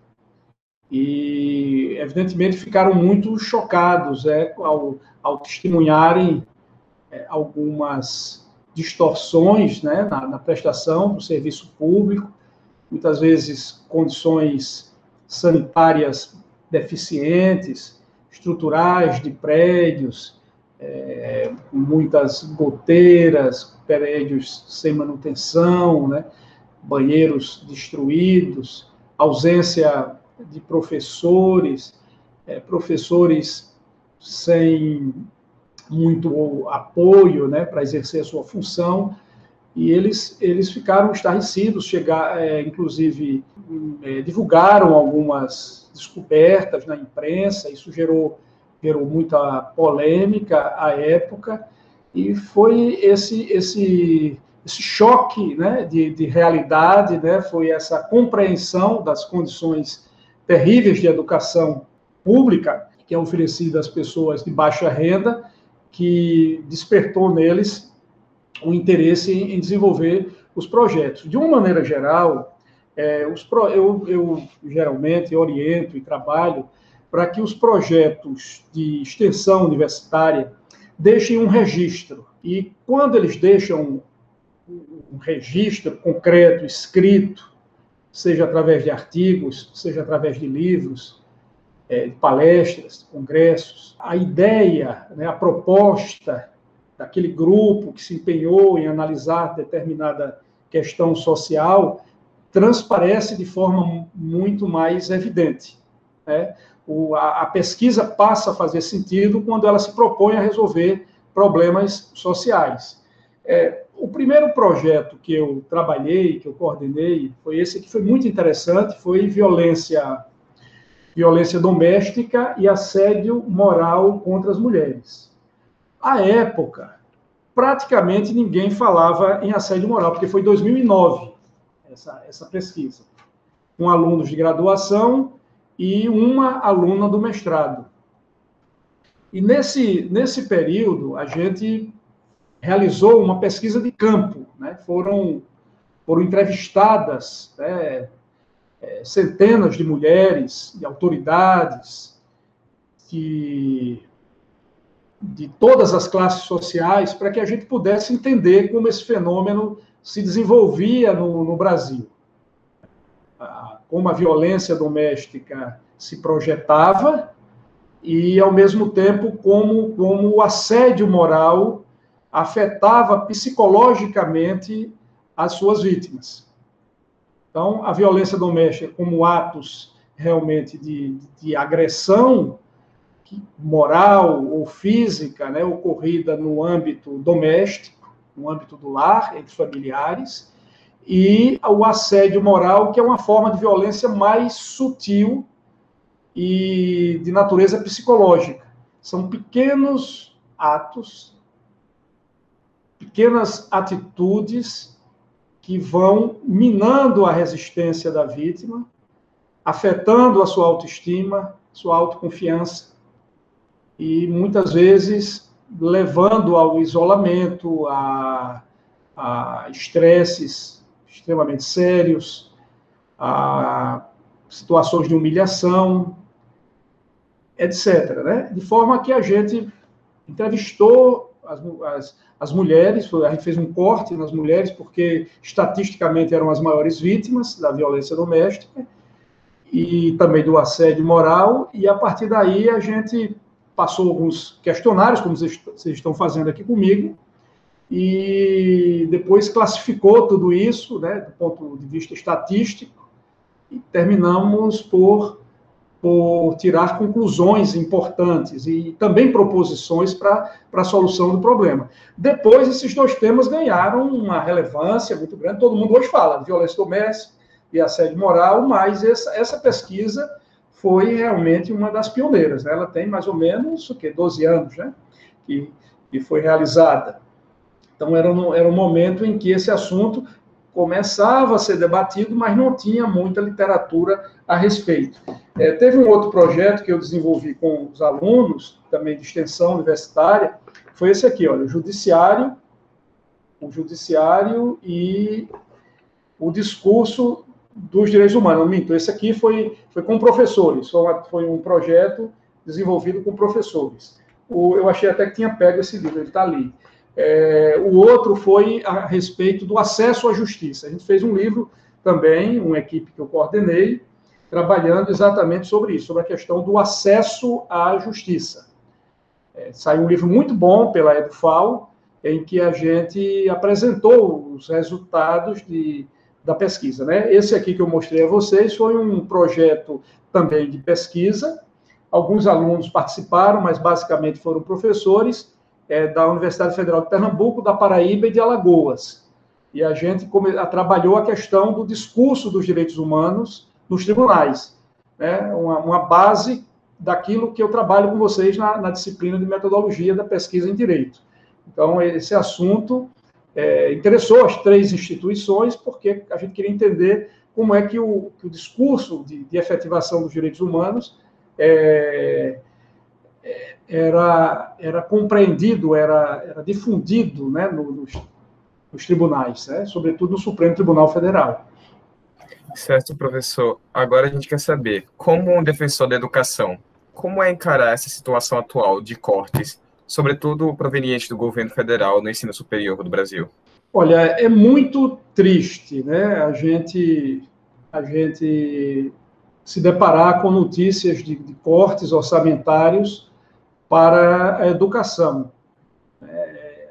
E, evidentemente, ficaram muito chocados é, ao, ao testemunharem é, algumas distorções, né, na, na prestação do serviço público, muitas vezes condições sanitárias deficientes, estruturais de prédios, é, muitas goteiras, prédios sem manutenção, né, banheiros destruídos, ausência de professores, é, professores sem muito apoio, né, para exercer a sua função, e eles, eles ficaram estarrecidos, chegar, é, inclusive é, divulgaram algumas descobertas na imprensa, isso gerou, gerou muita polêmica à época, e foi esse, esse, esse choque, né, de, de realidade, né, foi essa compreensão das condições terríveis de educação pública que é oferecida às pessoas de baixa renda, que despertou neles o interesse em desenvolver os projetos. De uma maneira geral, é, os pro, eu, eu geralmente oriento e trabalho para que os projetos de extensão universitária deixem um registro. E quando eles deixam um registro concreto, escrito, seja através de artigos, seja através de livros, é, de palestras, congressos, a ideia, né, a proposta daquele grupo que se empenhou em analisar determinada questão social, transparece de forma muito mais evidente, né? O, a, a pesquisa passa a fazer sentido quando ela se propõe a resolver problemas sociais. É, o primeiro projeto que eu trabalhei, que eu coordenei, foi esse que foi muito interessante, foi violência, violência doméstica e assédio moral contra as mulheres. À época, praticamente ninguém falava em assédio moral, porque foi em dois mil e nove essa, essa pesquisa, com alunos de graduação e uma aluna do mestrado. E nesse, nesse período, a gente realizou uma pesquisa de campo, né? Foram, foram entrevistadas, né, centenas de mulheres, de autoridades, de, de todas as classes sociais, para que a gente pudesse entender como esse fenômeno se desenvolvia no, no Brasil. Como a violência doméstica se projetava e, ao mesmo tempo, como, como o assédio moral afetava psicologicamente as suas vítimas. Então, a violência doméstica como atos realmente de, de agressão moral ou física, né, ocorrida no âmbito doméstico, no âmbito do lar, entre familiares, e o assédio moral, que é uma forma de violência mais sutil e de natureza psicológica. São pequenos atos, pequenas atitudes que vão minando a resistência da vítima, afetando a sua autoestima, sua autoconfiança, e muitas vezes levando ao isolamento, a, a estresses extremamente sérios, a situações de humilhação, etcétera, né? De forma que a gente entrevistou as, as, as mulheres, a gente fez um corte nas mulheres, porque estatisticamente eram as maiores vítimas da violência doméstica e também do assédio moral, e a partir daí a gente passou alguns questionários, como vocês estão fazendo aqui comigo, e depois classificou tudo isso, né, do ponto de vista estatístico, e terminamos por, por tirar conclusões importantes e também proposições para a solução do problema. Depois, esses dois temas ganharam uma relevância muito grande, todo mundo hoje fala de violência doméstica e assédio moral, mas essa, essa pesquisa foi realmente uma das pioneiras, né? Ela tem mais ou menos, o quê? doze anos, né? Que, que foi realizada. Então, era um, era um momento em que esse assunto começava a ser debatido, mas não tinha muita literatura a respeito. É, teve um outro projeto que eu desenvolvi com os alunos, também de extensão universitária, foi esse aqui, olha, o judiciário, o judiciário e o discurso dos direitos humanos. Não minto, esse aqui foi, foi com professores, foi, uma, foi um projeto desenvolvido com professores. O, eu achei até que tinha pego esse livro, ele está ali. É, o outro foi a respeito do acesso à justiça. A gente fez um livro também, uma equipe que eu coordenei, trabalhando exatamente sobre isso, sobre a questão do acesso à justiça. É, saiu um livro muito bom pela EduFal, em que a gente apresentou os resultados de, da pesquisa, né? Esse aqui que eu mostrei a vocês foi um projeto também de pesquisa. Alguns alunos participaram, mas basicamente foram professores, É, da Universidade Federal de Pernambuco, da Paraíba e de Alagoas. E a gente come, a, trabalhou a questão do discurso dos direitos humanos nos tribunais, né? uma, uma base daquilo que eu trabalho com vocês na, na disciplina de metodologia da pesquisa em direito. Então, esse assunto é, interessou as três instituições, porque a gente queria entender como é que o, que o discurso de, de efetivação dos direitos humanos é, Era, era compreendido, era, era difundido, né, nos, nos tribunais, né, sobretudo no Supremo Tribunal Federal. Certo, professor. Agora a gente quer saber, como um defensor da educação, como é encarar essa situação atual de cortes, sobretudo proveniente do governo federal no ensino superior do Brasil? Olha, é muito triste, né, a gente, a gente se deparar com notícias de, de cortes orçamentários para a educação. É, a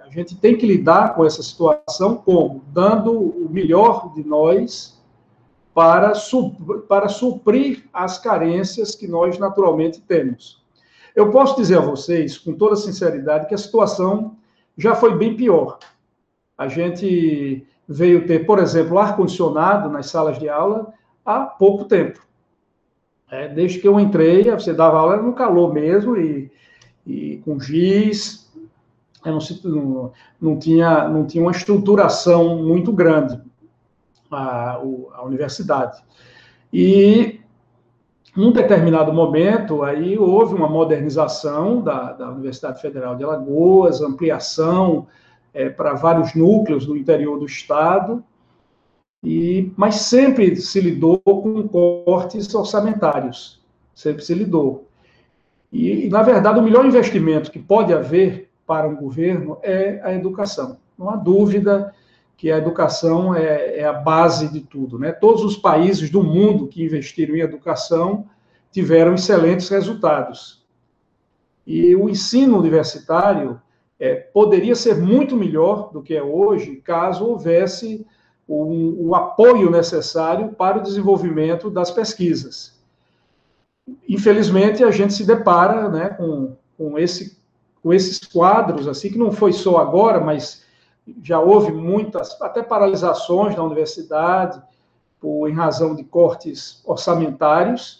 A gente tem que lidar com essa situação como? Dando o melhor de nós para, para suprir as carências que nós naturalmente temos. Eu posso dizer a vocês, com toda sinceridade, que a situação já foi bem pior. A gente veio ter, por exemplo, ar-condicionado nas salas de aula há pouco tempo. É, desde que eu entrei, você dava aula no calor mesmo, e, e com giz, não, não, não, tinha, não tinha uma estruturação muito grande a, a universidade. E, num determinado momento, aí houve uma modernização da, da Universidade Federal de Alagoas, ampliação é, para vários núcleos do interior do estado, e, mas sempre se lidou com cortes orçamentários, sempre se lidou. E, e, na verdade, o melhor investimento que pode haver para um governo é a educação. Não há dúvida que a educação é, é a base de tudo, né? Todos os países do mundo que investiram em educação tiveram excelentes resultados. E o ensino universitário é, poderia ser muito melhor do que é hoje, caso houvesse o, o apoio necessário para o desenvolvimento das pesquisas. Infelizmente, a gente se depara, né, com, com, esse, com esses quadros, assim, que não foi só agora, mas já houve muitas, até paralisações na universidade, por, em razão de cortes orçamentários,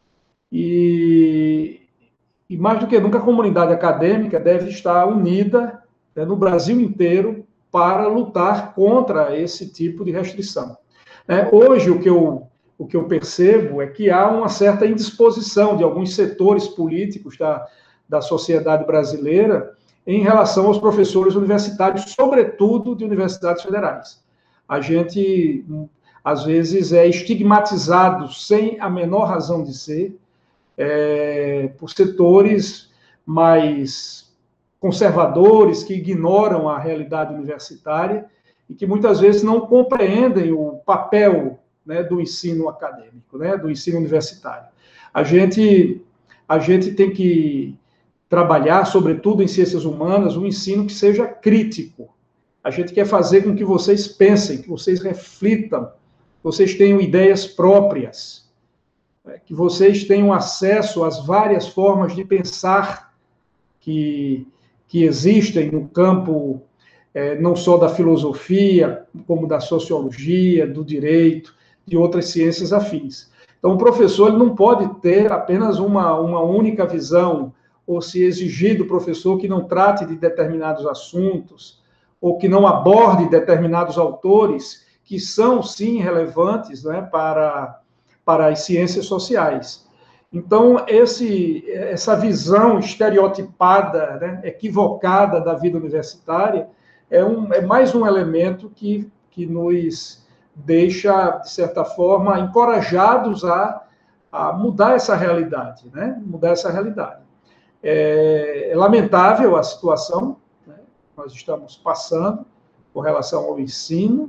e, e mais do que nunca a comunidade acadêmica deve estar unida, né, no Brasil inteiro para lutar contra esse tipo de restrição. É, hoje, o que, eu, o que eu percebo é que há uma certa indisposição de alguns setores políticos da, da sociedade brasileira em relação aos professores universitários, sobretudo de universidades federais. A gente, às vezes, é estigmatizado sem a menor razão de ser, é, por setores mais conservadores, que ignoram a realidade universitária e que muitas vezes não compreendem o papel, né, do ensino acadêmico, né, do ensino universitário. A gente, a gente tem que trabalhar, sobretudo em ciências humanas, um ensino que seja crítico. A gente quer fazer com que vocês pensem, que vocês reflitam, que vocês tenham ideias próprias, que vocês tenham acesso às várias formas de pensar que, que existem no campo, é, não só da filosofia, como da sociologia, do direito, de outras ciências afins. Então, o professor ele não pode ter apenas uma, uma única visão, ou se exigir do professor que não trate de determinados assuntos, ou que não aborde determinados autores, que são, sim, relevantes, né, para, para as ciências sociais. Então, esse, essa visão estereotipada, né, equivocada da vida universitária, é, um, é mais um elemento que, que nos deixa, de certa forma, encorajados a, a mudar essa realidade, né, mudar essa realidade. É, é lamentável a situação, né, que nós estamos passando com relação ao ensino,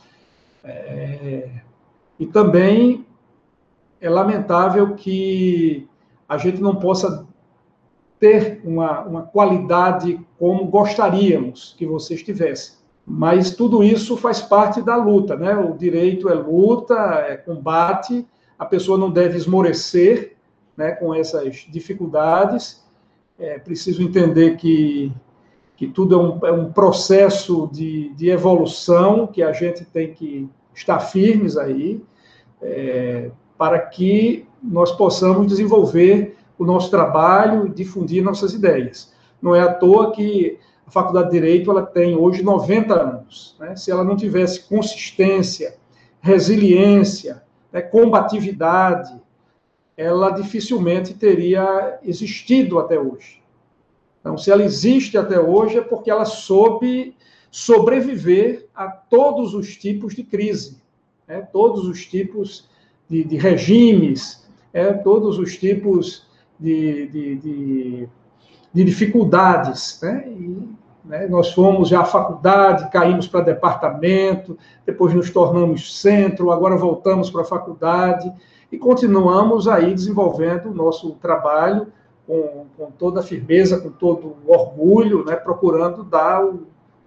é, e também é lamentável que a gente não possa ter uma, uma qualidade como gostaríamos que vocês tivessem. Mas tudo isso faz parte da luta, né? O direito é luta, é combate, a pessoa não deve esmorecer, né, com essas dificuldades. É preciso entender que, que tudo é um, é um processo de, de evolução, que a gente tem que estar firmes aí, é, para que nós possamos desenvolver o nosso trabalho e difundir nossas ideias. Não é à toa que a Faculdade de Direito ela tem hoje noventa anos. Né? Se ela não tivesse consistência, resiliência, né, combatividade, ela dificilmente teria existido até hoje. Então, se ela existe até hoje, é porque ela soube sobreviver a todos os tipos de crise, né? Todos os tipos de, de regimes, é, todos os tipos de, de, de, de dificuldades. Né? E, né, nós fomos já à faculdade, caímos para departamento, depois nos tornamos centro, agora voltamos para a faculdade, e continuamos aí desenvolvendo o nosso trabalho com, com toda a firmeza, com todo o orgulho, né, procurando dar o,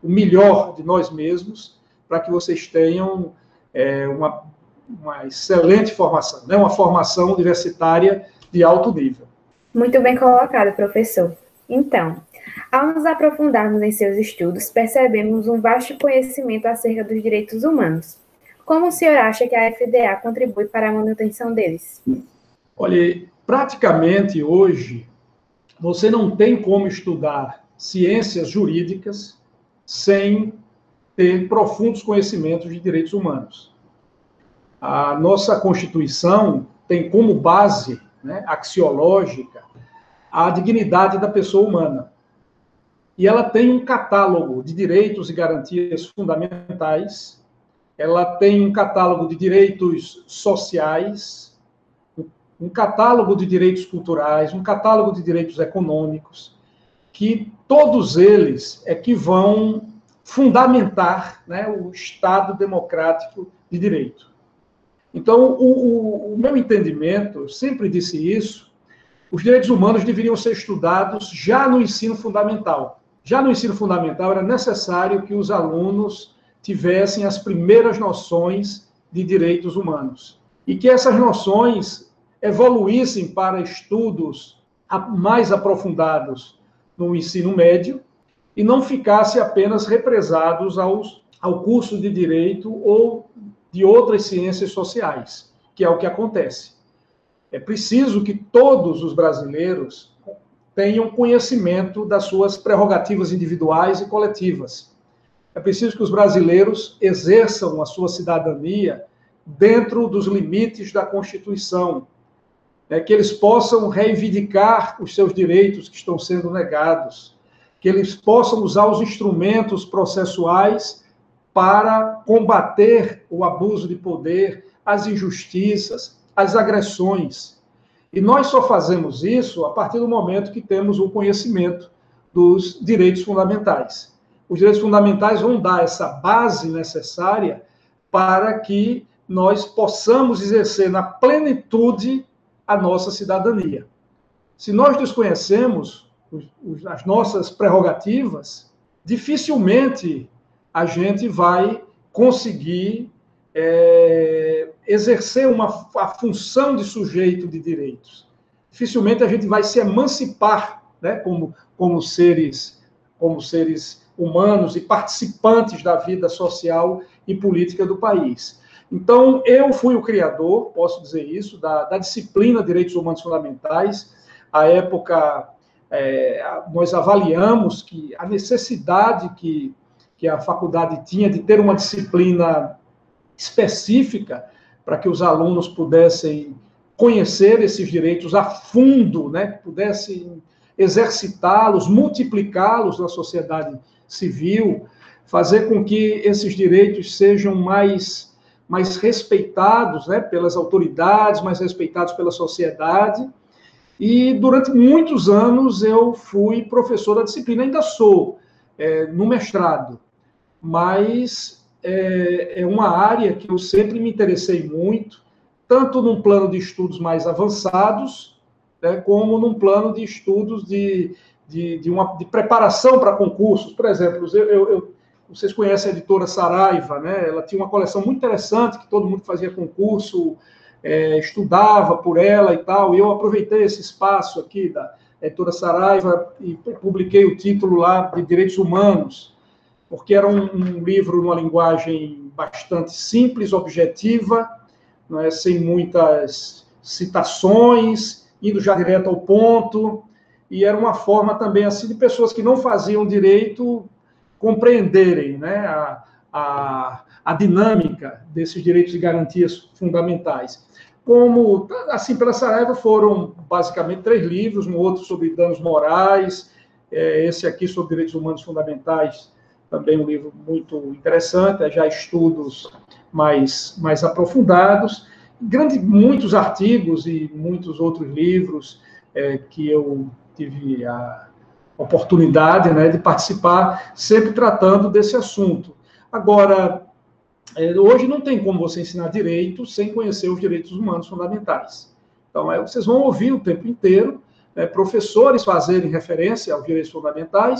o melhor de nós mesmos, para que vocês tenham é, uma, uma excelente formação, né? Uma formação universitária de alto nível. Muito bem colocado, professor. Então, ao nos aprofundarmos em seus estudos, percebemos um vasto conhecimento acerca dos direitos humanos. Como o senhor acha que a F D A contribui para a manutenção deles? Olha, praticamente hoje, você não tem como estudar ciências jurídicas sem ter profundos conhecimentos de direitos humanos. A nossa Constituição tem como base, né, axiológica a dignidade da pessoa humana. E ela tem um catálogo de direitos e garantias fundamentais, ela tem um catálogo de direitos sociais, um catálogo de direitos culturais, um catálogo de direitos econômicos, que todos eles é que vão fundamentar, né, o Estado democrático de direito. Então, o, o, o meu entendimento, eu sempre disse isso, os direitos humanos deveriam ser estudados já no ensino fundamental. Já no ensino fundamental era necessário que os alunos tivessem as primeiras noções de direitos humanos e que essas noções evoluíssem para estudos mais aprofundados no ensino médio e não ficassem apenas represados aos, ao curso de direito ou de outras ciências sociais, que é o que acontece. É preciso que todos os brasileiros tenham conhecimento das suas prerrogativas individuais e coletivas. É preciso que os brasileiros exerçam a sua cidadania dentro dos limites da Constituição, é, que eles possam reivindicar os seus direitos que estão sendo negados, que eles possam usar os instrumentos processuais para combater o abuso de poder, as injustiças, as agressões. E nós só fazemos isso a partir do momento que temos o conhecimento dos direitos fundamentais. Os direitos fundamentais vão dar essa base necessária para que nós possamos exercer na plenitude a nossa cidadania. Se nós desconhecemos as nossas prerrogativas, dificilmente a gente vai conseguir é, exercer uma, a função de sujeito de direitos. Dificilmente a gente vai se emancipar, né, como, como, seres, como seres humanos e participantes da vida social e política do país. Então, eu fui o criador, posso dizer isso, da, da disciplina de Direitos Humanos Fundamentais. À época, é, nós avaliamos que a necessidade que, que a faculdade tinha de ter uma disciplina específica para que os alunos pudessem conhecer esses direitos a fundo, né, pudessem exercitá-los, multiplicá-los na sociedade civil, fazer com que esses direitos sejam mais, mais respeitados, né, pelas autoridades, mais respeitados pela sociedade. E durante muitos anos eu fui professor da disciplina, ainda sou, é, no mestrado, mas é, é uma área que eu sempre me interessei muito, tanto num plano de estudos mais avançados, né, como num plano de estudos de, de, de, uma, de preparação para concursos. Por exemplo, eu, eu, eu, vocês conhecem a editora Saraiva, né? Ela tinha uma coleção muito interessante, que todo mundo que fazia concurso é, estudava por ela e tal, e eu aproveitei esse espaço aqui da editora Saraiva e publiquei o título lá de Direitos Humanos, porque era um, um livro numa linguagem bastante simples, objetiva, não é, sem muitas citações, indo já direto ao ponto, e era uma forma também assim de pessoas que não faziam direito compreenderem, né, a, a, a dinâmica desses direitos e garantias fundamentais. Como, assim, pela Saraiva foram basicamente três livros, um outro sobre danos morais, é, esse aqui sobre direitos humanos fundamentais, também um livro muito interessante, já estudos mais, mais aprofundados, grande, muitos artigos e muitos outros livros é, que eu tive a oportunidade, né, de participar, sempre tratando desse assunto. Agora, é, hoje não tem como você ensinar direito sem conhecer os direitos humanos fundamentais. Então, é, vocês vão ouvir o tempo inteiro é, professores fazerem referência aos direitos fundamentais,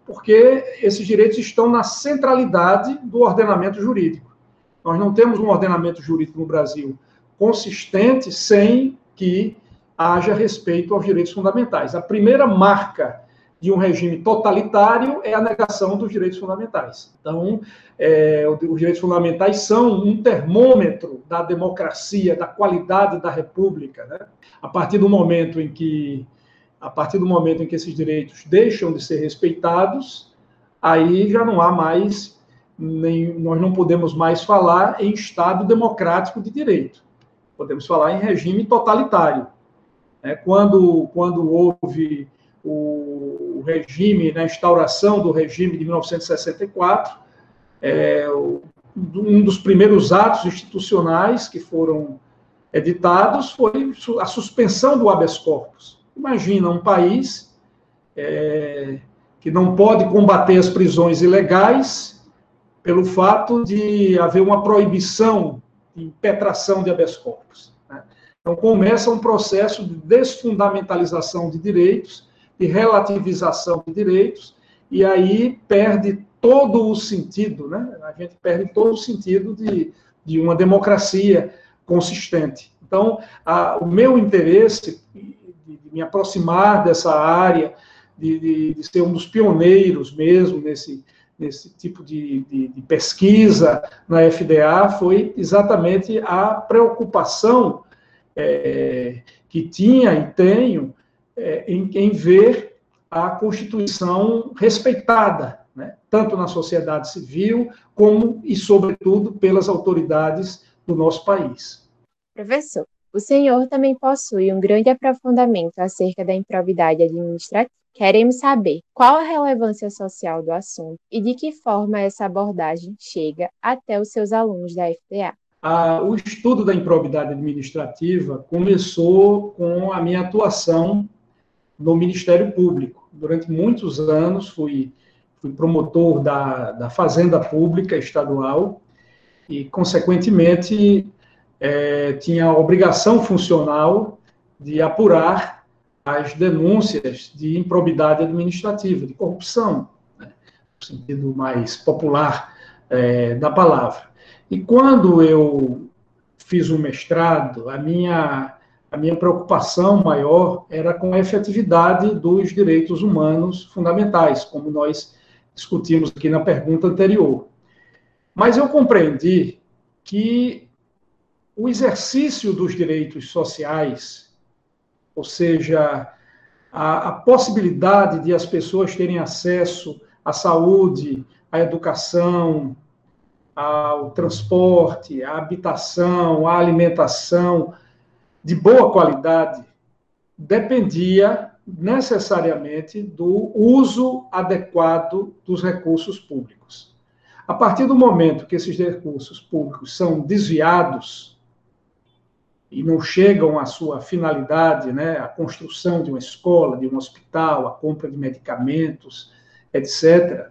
porque esses direitos estão na centralidade do ordenamento jurídico. Nós não temos um ordenamento jurídico no Brasil consistente sem que haja respeito aos direitos fundamentais. A primeira marca de um regime totalitário é a negação dos direitos fundamentais. Então, é, os direitos fundamentais são um termômetro da democracia, da qualidade da república, né? A partir do momento em que, a partir do momento em que esses direitos deixam de ser respeitados, aí já não há mais, nem, nós não podemos mais falar em Estado democrático de direito. Podemos falar em regime totalitário. É, quando, quando houve o regime, na instauração do regime de mil novecentos e sessenta e quatro, é, um dos primeiros atos institucionais que foram editados foi a suspensão do habeas corpus. Imagina um país é, que não pode combater as prisões ilegais pelo fato de haver uma proibição de impetração de habeas corpus. Né? Então, começa um processo de desfundamentalização de direitos, de relativização de direitos, e aí perde todo o sentido, né? A gente perde todo o sentido de, de uma democracia consistente. Então, a, o meu interesse de, de me aproximar dessa área, de, de, de ser um dos pioneiros mesmo nesse, nesse tipo de, de, de pesquisa na F D A, foi exatamente a preocupação é, que tinha e tenho é, em, em ver a Constituição respeitada, né, tanto na sociedade civil, como e, sobretudo, pelas autoridades do nosso país. Professor, o senhor também possui um grande aprofundamento acerca da improbidade administrativa. Queremos saber qual a relevância social do assunto e de que forma essa abordagem chega até os seus alunos da F D A. Ah, o estudo da improbidade administrativa começou com a minha atuação no Ministério Público. Durante muitos anos fui, fui promotor da, da Fazenda Pública Estadual e, consequentemente, é, tinha a obrigação funcional de apurar as denúncias de improbidade administrativa, de corrupção, né, no sentido mais popular é, da palavra. E quando eu fiz o mestrado, a minha, a minha preocupação maior era com a efetividade dos direitos humanos fundamentais, como nós discutimos aqui na pergunta anterior. Mas eu compreendi que o exercício dos direitos sociais, ou seja, a, a possibilidade de as pessoas terem acesso à saúde, à educação, ao transporte, à habitação, à alimentação de boa qualidade, dependia necessariamente do uso adequado dos recursos públicos. A partir do momento que esses recursos públicos são desviados e não chegam à sua finalidade, né, a construção de uma escola, de um hospital, a compra de medicamentos, etcétera,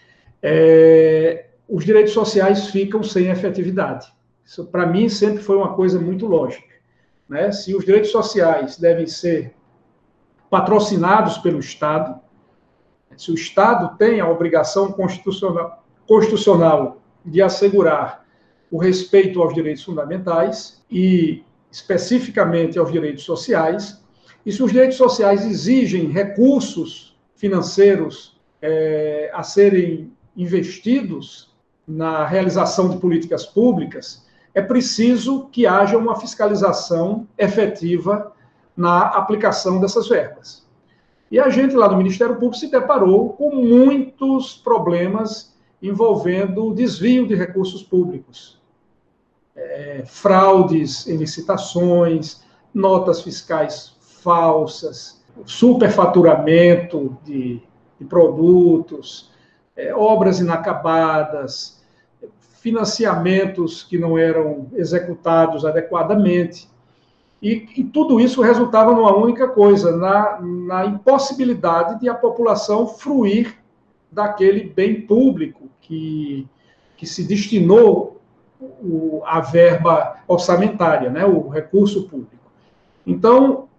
é, os direitos sociais ficam sem efetividade. Isso, para mim, sempre foi uma coisa muito lógica, né? Se os direitos sociais devem ser patrocinados pelo Estado, se o Estado tem a obrigação constitucional, constitucional de assegurar o respeito aos direitos fundamentais e, especificamente, aos direitos sociais, e se os direitos sociais exigem recursos financeiros é, a serem investidos na realização de políticas públicas, é preciso que haja uma fiscalização efetiva na aplicação dessas verbas. E a gente lá no Ministério Público se deparou com muitos problemas envolvendo desvio de recursos públicos, é, fraudes em licitações, notas fiscais falsas, superfaturamento de, de produtos, é, obras inacabadas, financiamentos que não eram executados adequadamente. E, e tudo isso resultava numa única coisa, na, na impossibilidade de a população fruir daquele bem público que, que se destinou o, a verba orçamentária, né, o recurso público. Então,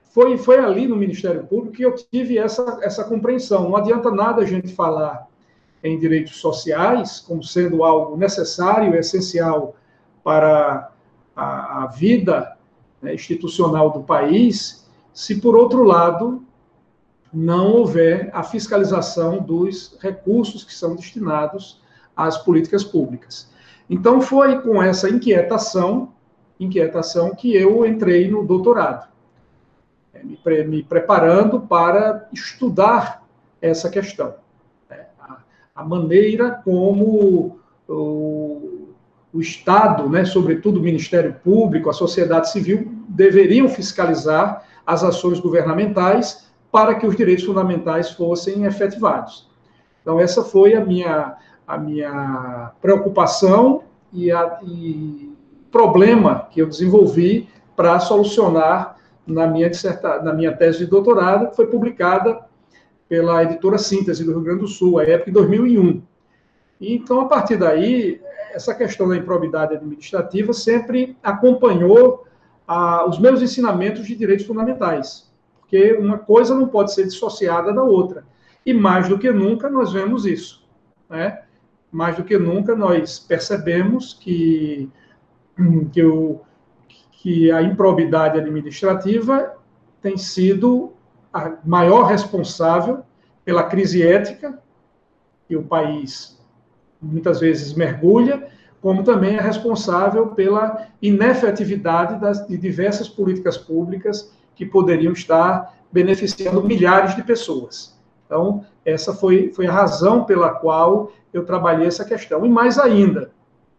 foi, foi ali no Ministério Público que eu tive essa, essa compreensão. Não adianta nada a gente falar em direitos sociais como sendo algo necessário, essencial para a, a vida, né, institucional do país, se, por outro lado, não houver a fiscalização dos recursos que são destinados às políticas públicas. Então, foi com essa inquietação, inquietação que eu entrei no doutorado, me, pre, me preparando para estudar essa questão. Né? A, a maneira como o, o Estado, né, sobretudo o Ministério Público, a sociedade civil, deveriam fiscalizar as ações governamentais para que os direitos fundamentais fossem efetivados. Então, essa foi a minha, a minha preocupação e, a, e problema que eu desenvolvi para solucionar na minha, disserta, na minha tese de doutorado, que foi publicada pela editora Síntese do Rio Grande do Sul, à época, em dois mil e um. E, então, a partir daí, essa questão da improbidade administrativa sempre acompanhou a, os meus ensinamentos de direitos fundamentais, porque uma coisa não pode ser dissociada da outra. E, mais do que nunca, nós vemos isso, né? Mais do que nunca, nós percebemos que, que, o, que a improbidade administrativa tem sido a maior responsável pela crise ética que o país muitas vezes mergulha, como também é responsável pela inefetividade das, de diversas políticas públicas que poderiam estar beneficiando milhares de pessoas. Então, essa foi, foi a razão pela qual eu trabalhei essa questão. E mais ainda,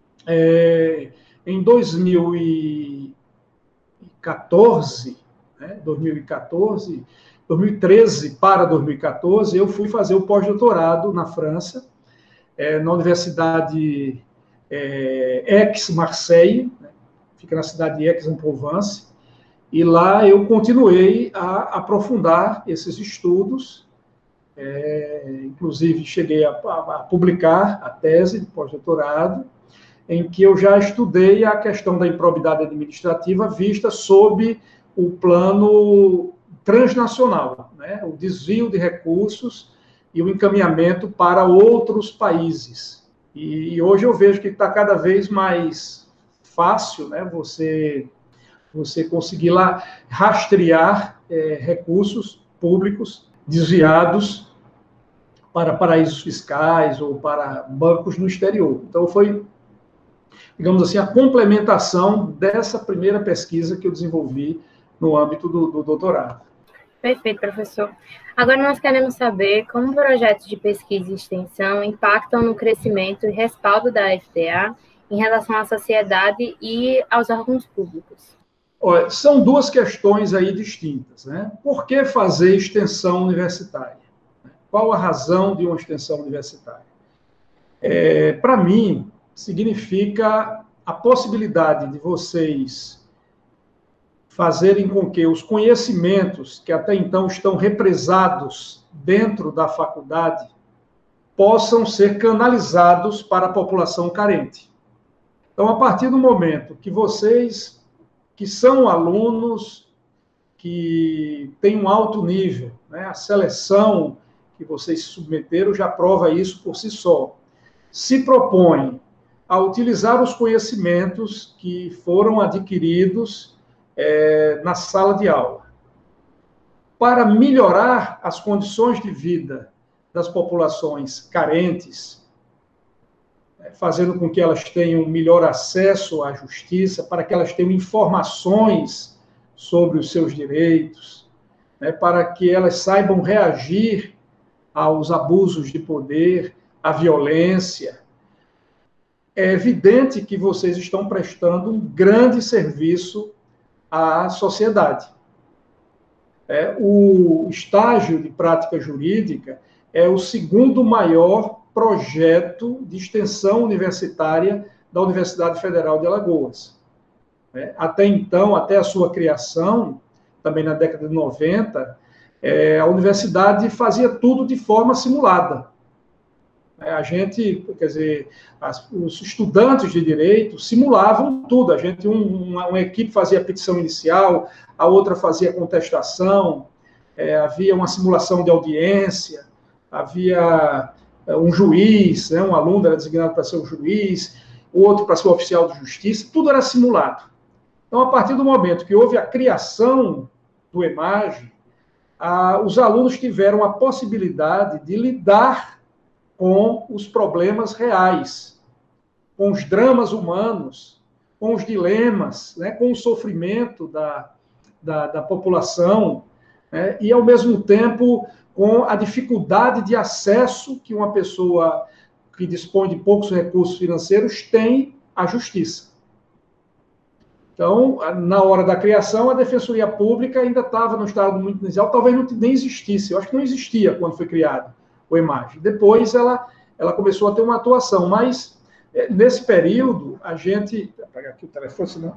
é, em dois mil e quatorze, né, dois mil e quatorze, dois mil e treze para dois mil e quatorze, eu fui fazer o pós-doutorado na França, é, na Universidade é, Aix-Marseille, né, fica na cidade de Aix-en-Provence, e lá eu continuei a aprofundar esses estudos, é, inclusive cheguei a, a publicar a tese de pós-doutorado, em que eu já estudei a questão da improbidade administrativa vista sob o plano transnacional, né? O desvio de recursos e o encaminhamento para outros países. E, e hoje eu vejo que está cada vez mais fácil, né, você, você conseguir lá rastrear é, recursos públicos desviados para paraísos fiscais ou para bancos no exterior. Então, foi, digamos assim, a complementação dessa primeira pesquisa que eu desenvolvi no âmbito do, do doutorado. Perfeito, professor. Agora nós queremos saber como projetos de pesquisa e extensão impactam no crescimento e respaldo da F D A em relação à sociedade e aos órgãos públicos. Olha, são duas questões aí distintas, né? Por que fazer extensão universitária? Qual a razão de uma extensão universitária? É, para mim, significa a possibilidade de vocês fazerem com que os conhecimentos que até então estão represados dentro da faculdade possam ser canalizados para a população carente. Então, a partir do momento que vocês, que são alunos, que têm um alto nível, né, a seleção que vocês se submeteram já prova isso por si só, se propõem a utilizar os conhecimentos que foram adquiridos é, na sala de aula para melhorar as condições de vida das populações carentes, fazendo com que elas tenham melhor acesso à justiça, para que elas tenham informações sobre os seus direitos, né, para que elas saibam reagir aos abusos de poder, à violência. É evidente que vocês estão prestando um grande serviço à sociedade. É, o estágio de prática jurídica é o segundo maior projeto de extensão universitária da Universidade Federal de Alagoas. É, até então, até a sua criação, também na década de noventa, é, a universidade fazia tudo de forma simulada. A gente, quer dizer, as, os estudantes de direito simulavam tudo. A gente, um, uma, uma equipe fazia a petição inicial, a outra fazia a contestação, é, havia uma simulação de audiência, havia é, um juiz, né, um aluno era designado para ser o juiz, o outro para ser o oficial de justiça, tudo era simulado. Então, a partir do momento que houve a criação do EMAGE, a, os alunos tiveram a possibilidade de lidar com os problemas reais, com os dramas humanos, com os dilemas, né, com o sofrimento da, da, da população, né, e, ao mesmo tempo, com a dificuldade de acesso que uma pessoa que dispõe de poucos recursos financeiros tem à justiça. Então, na hora da criação, a Defensoria Pública ainda estava no estado muito inicial, talvez não nem existisse, eu acho que não existia quando foi criado o EMAGE. Depois ela, ela começou a ter uma atuação, mas nesse período, a gente... Vou pegar aqui o telefone, senão...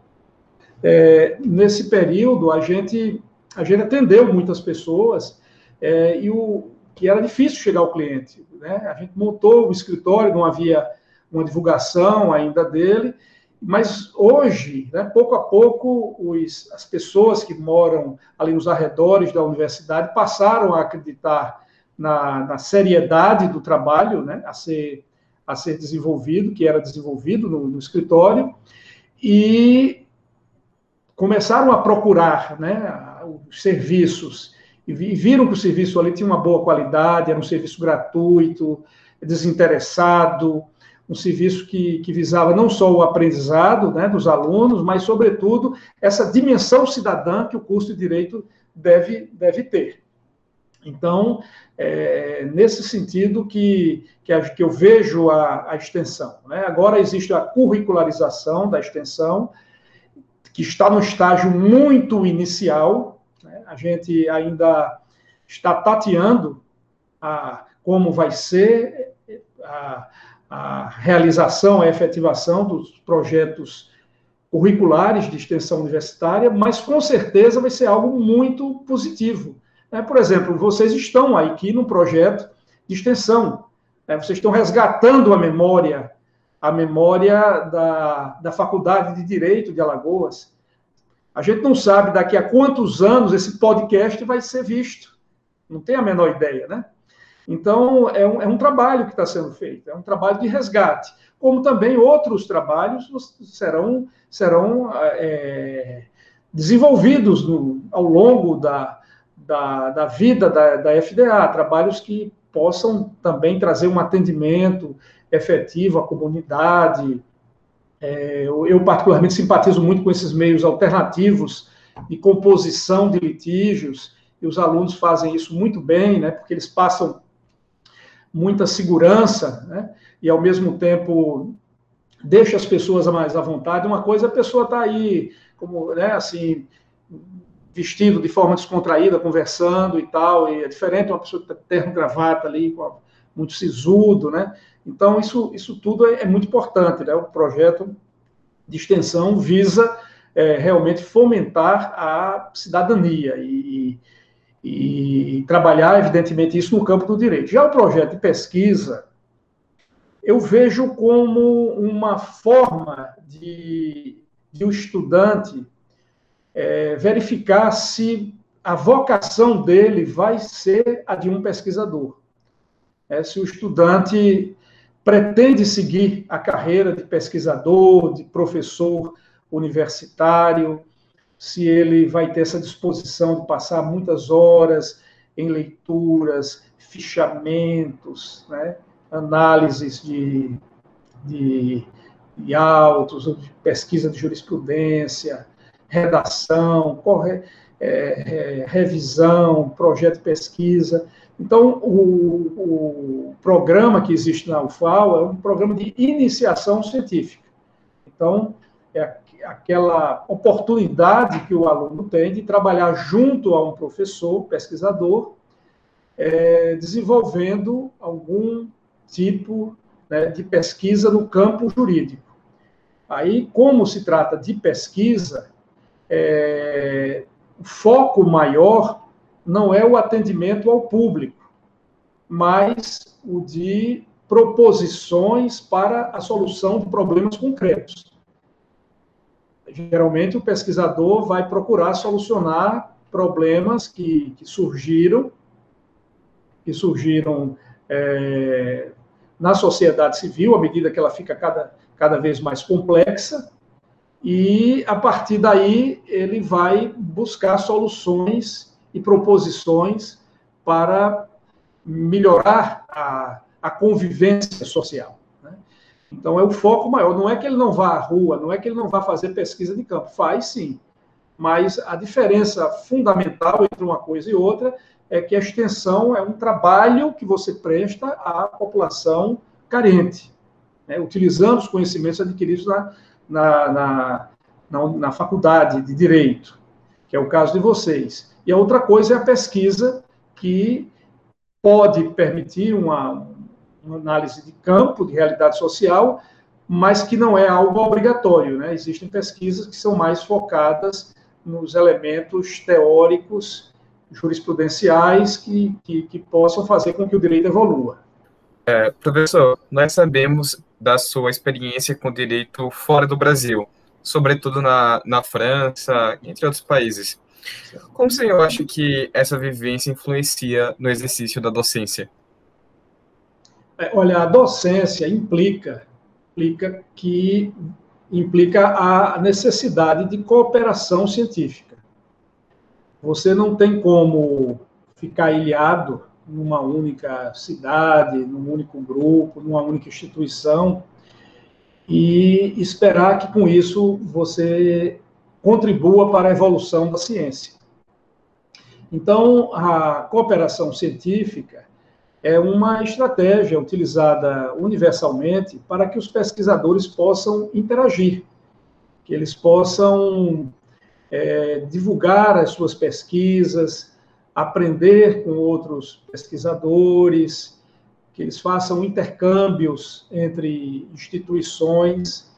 É, nesse período, a gente, a gente atendeu muitas pessoas, é, e o, que era difícil chegar ao cliente, né? A gente montou o escritório, não havia uma divulgação ainda dele, mas hoje, né, pouco a pouco, os, as pessoas que moram ali nos arredores da universidade passaram a acreditar Na, na seriedade do trabalho, né, a ser, a ser desenvolvido, que era desenvolvido no, no escritório, e começaram a procurar, né, os serviços, e viram que o serviço ali tinha uma boa qualidade, era um serviço gratuito, desinteressado, um serviço que, que visava não só o aprendizado, né, dos alunos, mas, sobretudo, essa dimensão cidadã que o curso de Direito deve, deve ter. Então, é nesse sentido que, que, a, que eu vejo a, a extensão, né? Agora existe a curricularização da extensão, que está no estágio muito inicial, né? A gente ainda está tateando a, como vai ser a, a realização, a efetivação dos projetos curriculares de extensão universitária, mas com certeza vai ser algo muito positivo. Por exemplo, vocês estão aqui num projeto de extensão, vocês estão resgatando a memória, a memória da, da Faculdade de Direito de Alagoas. A gente não sabe daqui a quantos anos esse podcast vai ser visto, não tem a menor ideia, né? Então, é um, é um trabalho que está sendo feito, é um trabalho de resgate, como também outros trabalhos serão, serão é, desenvolvidos no, ao longo da Da, da vida da, da F D A, trabalhos que possam também trazer um atendimento efetivo à comunidade. É, eu, eu, particularmente, simpatizo muito com esses meios alternativos de composição de litígios, e os alunos fazem isso muito bem, né, porque eles passam muita segurança, né, e, ao mesmo tempo, deixa as pessoas mais à vontade. Uma coisa, a pessoa está aí, como, né, assim... vestido de forma descontraída, conversando e tal, e é diferente uma pessoa que está terno, gravata ali, muito sisudo, né? Então, isso, isso tudo é, é muito importante, né? O projeto de extensão visa é, realmente fomentar a cidadania e, e, e trabalhar, evidentemente, isso no campo do direito. Já o projeto de pesquisa, eu vejo como uma forma de, de o estudante É, verificar se a vocação dele vai ser a de um pesquisador. É, se o estudante pretende seguir a carreira de pesquisador, de professor universitário, se ele vai ter essa disposição de passar muitas horas em leituras, fichamentos, né, análises de, de, de autos, de pesquisa de jurisprudência, redação, corre, é, é, revisão, projeto de pesquisa. Então, o, o programa que existe na U F A L é um programa de iniciação científica. Então, é aquela oportunidade que o aluno tem de trabalhar junto a um professor, pesquisador, é, desenvolvendo algum tipo, né, de pesquisa no campo jurídico. Aí, como se trata de pesquisa, é, o foco maior não é o atendimento ao público, mas o de proposições para a solução de problemas concretos. Geralmente, o pesquisador vai procurar solucionar problemas que, que surgiram, que surgiram é, na sociedade civil, à medida que ela fica cada, cada vez mais complexa, e, a partir daí, ele vai buscar soluções e proposições para melhorar a, a convivência social. Né? Então, é o foco maior. Não é que ele não vá à rua, não é que ele não vá fazer pesquisa de campo. Faz, sim. Mas a diferença fundamental entre uma coisa e outra é que a extensão é um trabalho que você presta à população carente, né? Utilizando os conhecimentos adquiridos na, na, na, na, na faculdade de Direito, que é o caso de vocês. E a outra coisa é a pesquisa, que pode permitir uma, uma análise de campo, de realidade social, mas que não é algo obrigatório, né? Existem pesquisas que são mais focadas nos elementos teóricos, jurisprudenciais, que, que, que possam fazer com que o direito evolua. É, professor, nós sabemos da sua experiência com direito fora do Brasil, sobretudo na, na França, entre outros países. Como o senhor acha que essa vivência influencia no exercício da docência? É, olha, a docência implica, implica que implica a necessidade de cooperação científica. Você não tem como ficar ilhado numa única cidade, num único grupo, numa única instituição, e esperar que, com isso, você contribua para a evolução da ciência. Então, a cooperação científica é uma estratégia utilizada universalmente para que os pesquisadores possam interagir, que eles possam é, divulgar as suas pesquisas, aprender com outros pesquisadores, que eles façam intercâmbios entre instituições,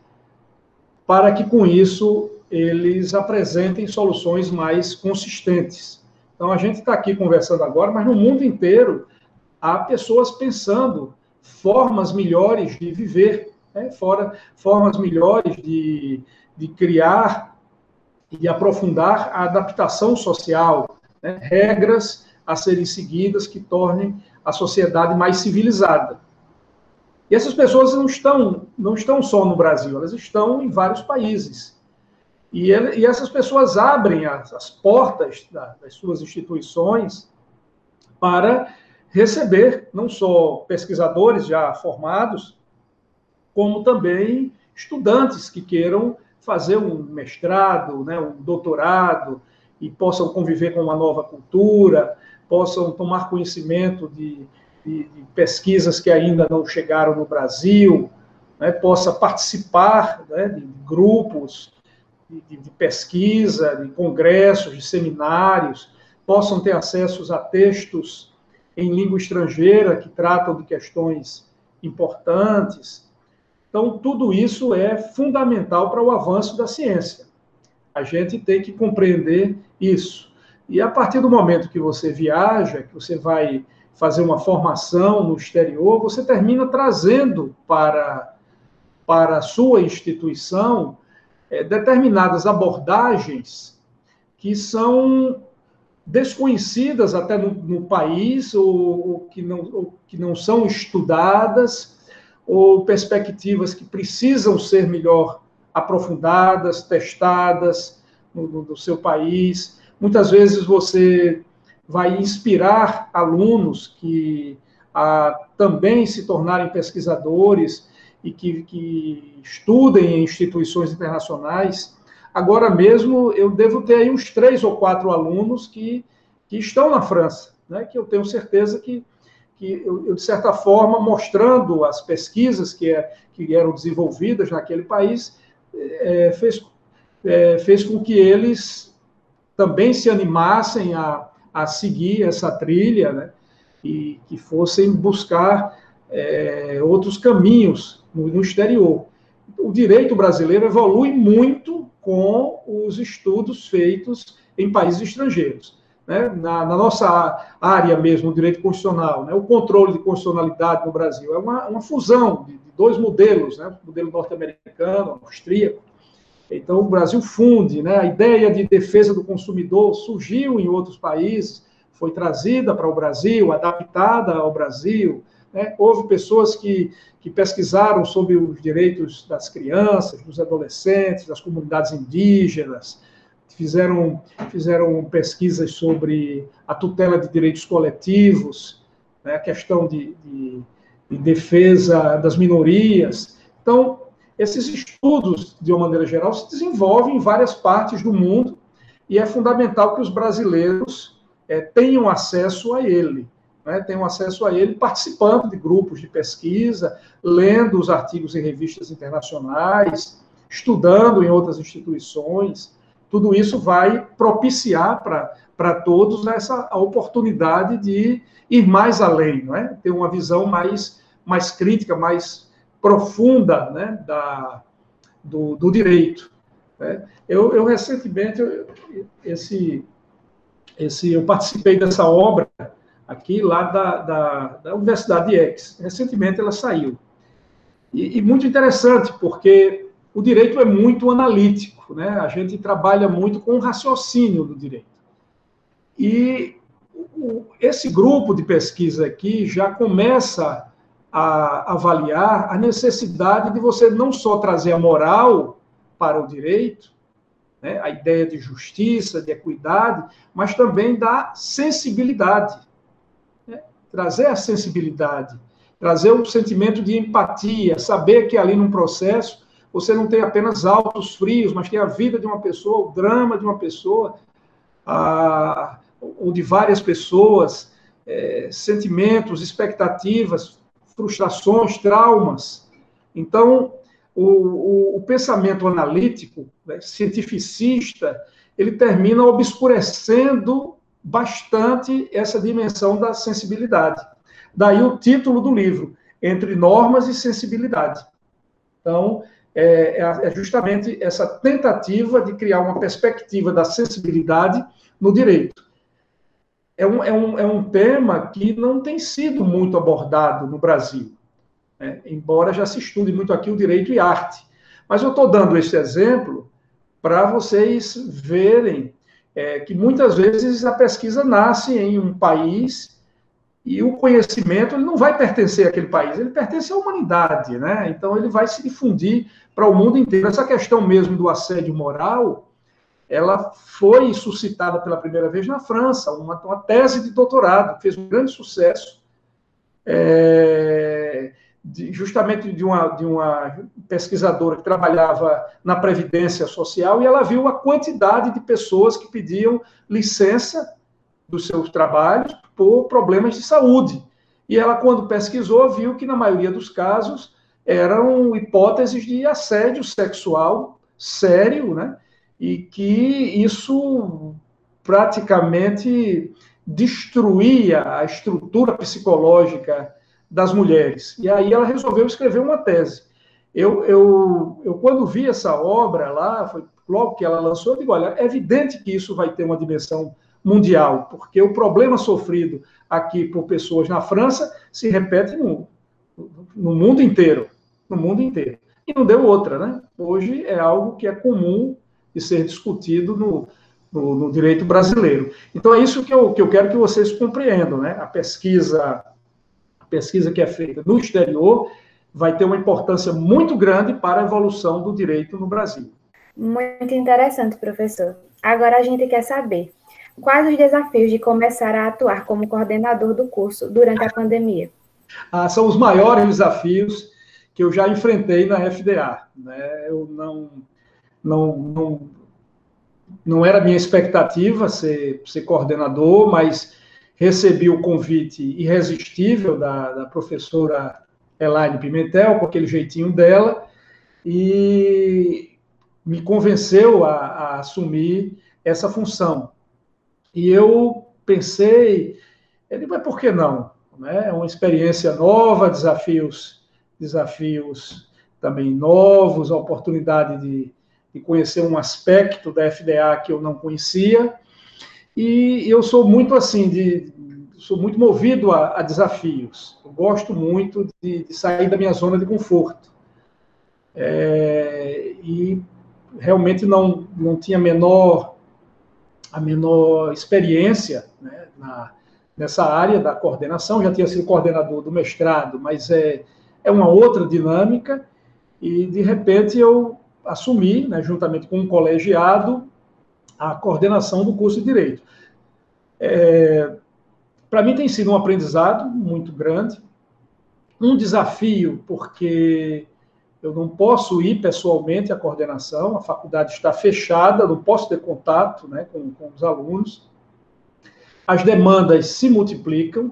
para que, com isso, eles apresentem soluções mais consistentes. Então, a gente está aqui conversando agora, mas no mundo inteiro há pessoas pensando formas melhores de viver, né? Fora, formas melhores de, de criar e aprofundar a adaptação social, né? Regras a serem seguidas que tornem a sociedade mais civilizada. E essas pessoas não estão, não estão só no Brasil, elas estão em vários países. E, ele, e essas pessoas abrem as, as portas da, das suas instituições para receber não só pesquisadores já formados, como também estudantes que queiram fazer um mestrado, né, um doutorado, e possam conviver com uma nova cultura, possam tomar conhecimento de, de, de pesquisas que ainda não chegaram no Brasil, né, possa participar, né, de grupos de, de pesquisa, de congressos, de seminários, possam ter acesso a textos em língua estrangeira que tratam de questões importantes. Então, tudo isso é fundamental para o avanço da ciência. A gente tem que compreender isso. E a partir do momento que você viaja, que você vai fazer uma formação no exterior, você termina trazendo para, para a sua instituição é, determinadas abordagens que são desconhecidas até no, no país, ou, ou, que não, ou que não são estudadas, ou perspectivas que precisam ser melhor aprofundadas, testadas no, no, no seu país. Muitas vezes você vai inspirar alunos que a também se tornarem pesquisadores e que, que estudem em instituições internacionais. Agora mesmo, eu devo ter aí uns três ou quatro alunos que, que estão na França, né, que eu tenho certeza que, que eu, eu, de certa forma, mostrando as pesquisas que, é, que eram desenvolvidas naquele país, é, fez, é, fez com que eles também se animassem a, a seguir essa trilha, né, e que fossem buscar é, outros caminhos no, no exterior. O direito brasileiro evolui muito com os estudos feitos em países estrangeiros. né, na, na nossa área mesmo, o direito constitucional, né, o controle de constitucionalidade no Brasil. É uma, uma fusão de, de dois modelos, né, o modelo norte-americano, austríaco. Então, o Brasil funde, né, a ideia de defesa do consumidor surgiu em outros países, foi trazida para o Brasil, adaptada ao Brasil. Né? Houve pessoas que, que pesquisaram sobre os direitos das crianças, dos adolescentes, das comunidades indígenas, fizeram, fizeram pesquisas sobre a tutela de direitos coletivos, né? A questão de, de, de defesa das minorias. Então, esses estudos, de uma maneira geral, se desenvolvem em várias partes do mundo e é fundamental que os brasileiros é, tenham acesso a ele, né? Tenham acesso a ele participando de grupos de pesquisa, lendo os artigos em revistas internacionais, estudando em outras instituições. Tudo isso vai propiciar para todos essa a oportunidade de ir mais além, não é? Ter uma visão mais, mais crítica, mais profunda, né, da, do, do direito. Né? Eu, eu, recentemente, eu, esse, esse, eu participei dessa obra aqui, lá da, da, da Universidade de Aix. Recentemente ela saiu. E, e muito interessante, porque o direito é muito analítico, né? A gente trabalha muito com o raciocínio do direito. E o, esse grupo de pesquisa aqui já começa a avaliar a necessidade de você não só trazer a moral para o direito, né, a ideia de justiça, de equidade, mas também da sensibilidade. Né? Trazer a sensibilidade, trazer o sentimento de empatia, saber que ali num processo você não tem apenas autos frios, mas tem a vida de uma pessoa, o drama de uma pessoa, a, ou de várias pessoas, é, sentimentos, expectativas, frustrações, traumas. Então, o, o, o pensamento analítico, né, cientificista, ele termina obscurecendo bastante essa dimensão da sensibilidade. Daí o título do livro, Entre Normas e Sensibilidade. Então, é, é justamente essa tentativa de criar uma perspectiva da sensibilidade no direito. É um, é, um, é um tema que não tem sido muito abordado no Brasil, né? Embora já se estude muito aqui o direito e arte. Mas eu estou dando esse exemplo para vocês verem é, que muitas vezes a pesquisa nasce em um país e o conhecimento ele não vai pertencer àquele país, ele pertence à humanidade, né? Então ele vai se difundir para o mundo inteiro. Essa questão mesmo do assédio moral, ela foi suscitada pela primeira vez na França, uma, uma tese de doutorado, fez um grande sucesso, é, de, justamente de uma, de uma pesquisadora que trabalhava na Previdência Social, e ela viu a quantidade de pessoas que pediam licença dos seus trabalhos por problemas de saúde. E ela, quando pesquisou, viu que, na maioria dos casos, eram hipóteses de assédio sexual sério, né? E que isso praticamente destruía a estrutura psicológica das mulheres. E aí ela resolveu escrever uma tese. Eu, eu, eu quando vi essa obra lá, foi logo que ela lançou, eu digo, olha, é evidente que isso vai ter uma dimensão mundial, porque o problema sofrido aqui por pessoas na França se repete no, no mundo inteiro, no mundo inteiro. E não deu outra, né? Hoje é algo que é comum de ser discutido no, no, no direito brasileiro. Então, é isso que eu, que eu quero que vocês compreendam, né? A pesquisa, a pesquisa que é feita no exterior vai ter uma importância muito grande para a evolução do direito no Brasil. Muito interessante, professor. Agora a gente quer saber quais os desafios de começar a atuar como coordenador do curso durante a pandemia. Ah, são os maiores desafios que eu já enfrentei na F D A. Né? Eu não... Não, não, não era minha expectativa ser, ser coordenador, mas recebi o convite irresistível da, da professora Elaine Pimentel, com aquele jeitinho dela, e me convenceu a, a assumir essa função. E eu pensei, ele, mas por que não? Né? É uma experiência nova, desafios, desafios também novos, a oportunidade de e conhecer um aspecto da F D A que eu não conhecia, E eu sou muito assim, de, sou muito movido a, a desafios. Eu gosto muito de, de sair da minha zona de conforto. É, e realmente não, não tinha menor, a menor experiência, né, na, nessa área da coordenação. Já tinha sido coordenador do mestrado, mas é, é uma outra dinâmica. E, de repente, eu assumi, né, juntamente com um colegiado, a coordenação do curso de Direito. É, para mim tem sido um aprendizado muito grande, um desafio, porque eu não posso ir pessoalmente à coordenação, a faculdade está fechada, não posso ter contato, né, com, com os alunos, as demandas se multiplicam,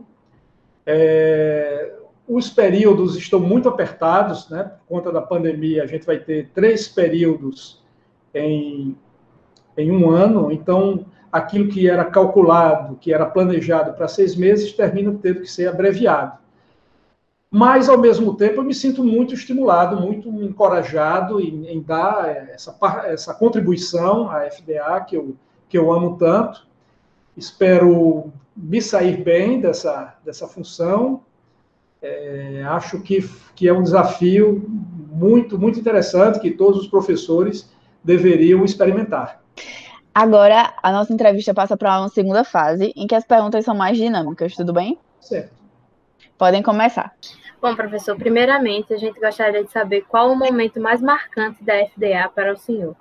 é, os períodos estão muito apertados, né, por conta da pandemia, a gente vai ter três períodos em, em um ano, então aquilo que era calculado, que era planejado para seis meses, termina tendo que ser abreviado. Mas, ao mesmo tempo, eu me sinto muito estimulado, muito encorajado em, em dar essa, essa contribuição à F D A, que eu, que eu amo tanto. Espero me sair bem dessa, dessa função. É, acho que, que é um desafio muito, muito interessante, que todos os professores deveriam experimentar. Agora, a nossa entrevista passa para uma segunda fase, em que as perguntas são mais dinâmicas, tudo bem? Certo. Podem começar. Bom, professor, primeiramente, a gente gostaria de saber qual o momento mais marcante da F D A para o senhor.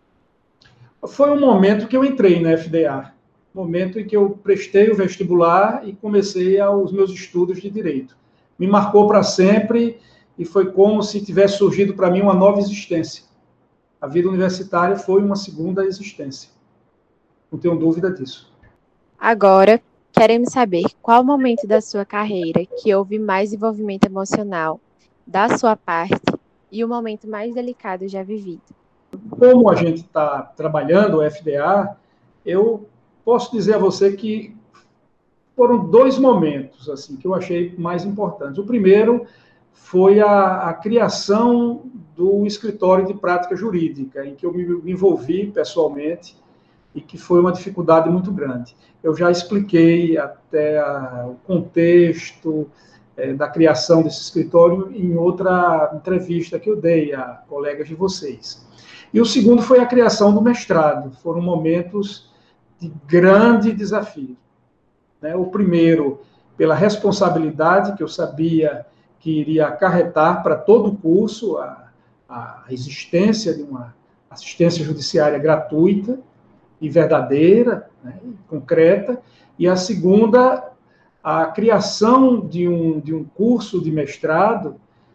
Foi um momento que eu entrei na F D A, momento em que eu prestei o vestibular e comecei os meus estudos de Direito. Me marcou para sempre e foi como se tivesse surgido para mim uma nova existência. A vida universitária foi uma segunda existência. Não tenho dúvida disso. Agora, queremos saber qual momento da sua carreira que houve mais envolvimento emocional da sua parte e o momento mais delicado já vivido. Como a gente está trabalhando o F D A, eu posso dizer a você que foram dois momentos assim que eu achei mais importantes. O primeiro foi a, a criação do escritório de prática jurídica, em que eu me, me envolvi pessoalmente e que foi uma dificuldade muito grande. Eu já expliquei até a, o contexto é, da criação desse escritório em outra entrevista que eu dei a colegas de vocês. E o segundo foi a criação do mestrado. Foram momentos de grande desafio. Né? O primeiro, pela responsabilidade que eu sabia que iria acarretar para todo o curso a, a existência de uma assistência judiciária gratuita e verdadeira, né, concreta, e a segunda, a criação de um, de um curso de mestrado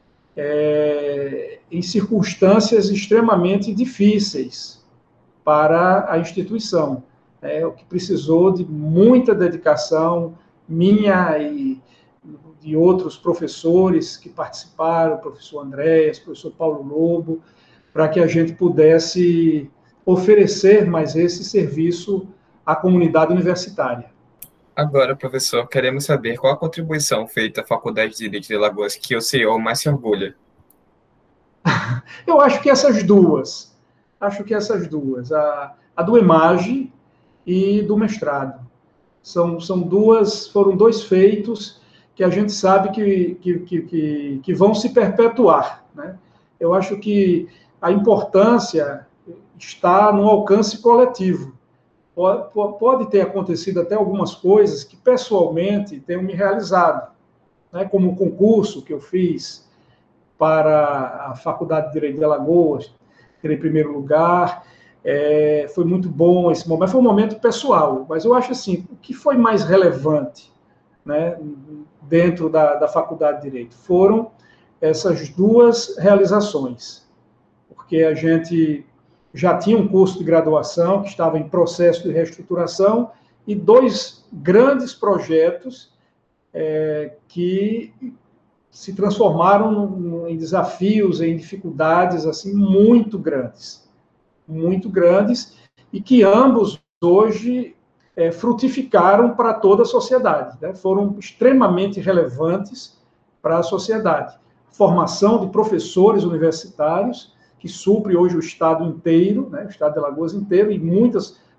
é, em circunstâncias extremamente difíceis para a instituição, né, o que precisou de muita dedicação minha e de outros professores que participaram, o professor Andréas, o professor Paulo Lobo, para que a gente pudesse oferecer mais esse serviço à comunidade universitária. Agora, professor, queremos saber qual a contribuição feita à Faculdade de Direito de Alagoas que o senhor mais se orgulha. Eu acho que essas duas, acho que essas duas, a, a do EMAGE e do mestrado. São, são duas, foram dois feitos que a gente sabe que, que, que, que vão se perpetuar. Né? Eu acho que a importância está no alcance coletivo. Pode, pode ter acontecido até algumas coisas que, pessoalmente, tenham me realizado, né? Como o concurso que eu fiz para a Faculdade de Direito de Alagoas, tirei primeiro lugar, é, foi muito bom esse momento, foi um momento pessoal, mas eu acho assim, o que foi mais relevante, né, dentro da, da Faculdade de Direito foram essas duas realizações, porque a gente já tinha um curso de graduação que estava em processo de reestruturação e dois grandes projetos é, que se transformaram em desafios, em dificuldades assim muito grandes, muito grandes, e que ambos hoje é, frutificaram para toda a sociedade, né? Foram extremamente relevantes para a sociedade. Formação de professores universitários, que supre hoje o estado inteiro, né, o estado de Alagoas inteiro, e muitas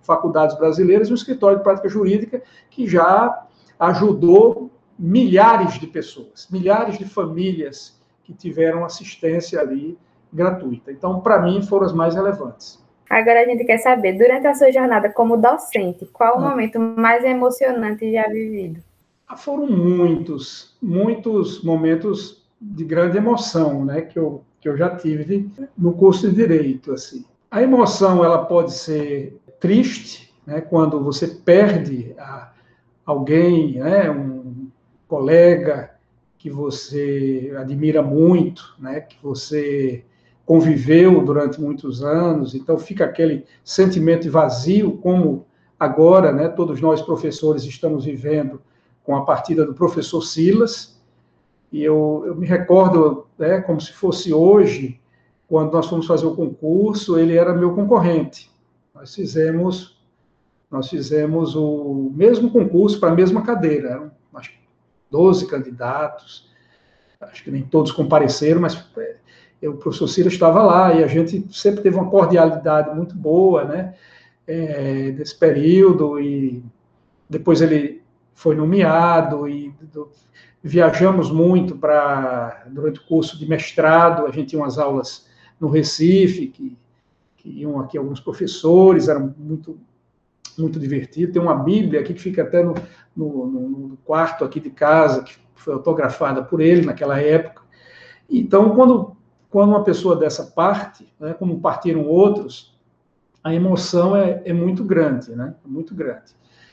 faculdades brasileiras e um escritório de prática jurídica que já ajudou milhares de pessoas, milhares de famílias que tiveram assistência ali gratuita. Então, para mim, foram as mais relevantes. Agora a gente quer saber, durante a sua jornada como docente, qual o Ah. momento mais emocionante já vivido? Foram muitos, muitos momentos de grande emoção, né, que eu, que eu já tive no curso de Direito, assim. A emoção, ela pode ser triste, né, quando você perde a, alguém, né, um colega que você admira muito, né, que você conviveu durante muitos anos, então fica aquele sentimento de vazio, como agora, né, todos nós professores estamos vivendo com a partida do professor Silas, e eu, eu me recordo, né, como se fosse hoje, quando nós fomos fazer o concurso, ele era meu concorrente. Nós fizemos, nós fizemos o mesmo concurso para a mesma cadeira, eram acho que doze candidatos, acho que nem todos compareceram, mas eu, o professor Silas estava lá, e a gente sempre teve uma cordialidade muito boa, né, é, nesse período, e depois ele foi nomeado, e do, viajamos muito para, durante o curso de mestrado, a gente tinha umas aulas no Recife, que, que iam aqui alguns professores, era muito, muito divertido. Tem uma Bíblia aqui que fica até no, no, no quarto aqui de casa, que foi autografada por ele naquela época. Então, quando, quando uma pessoa dessa parte, né, como partiram outros, a emoção é, é muito grande, né? É muito grande.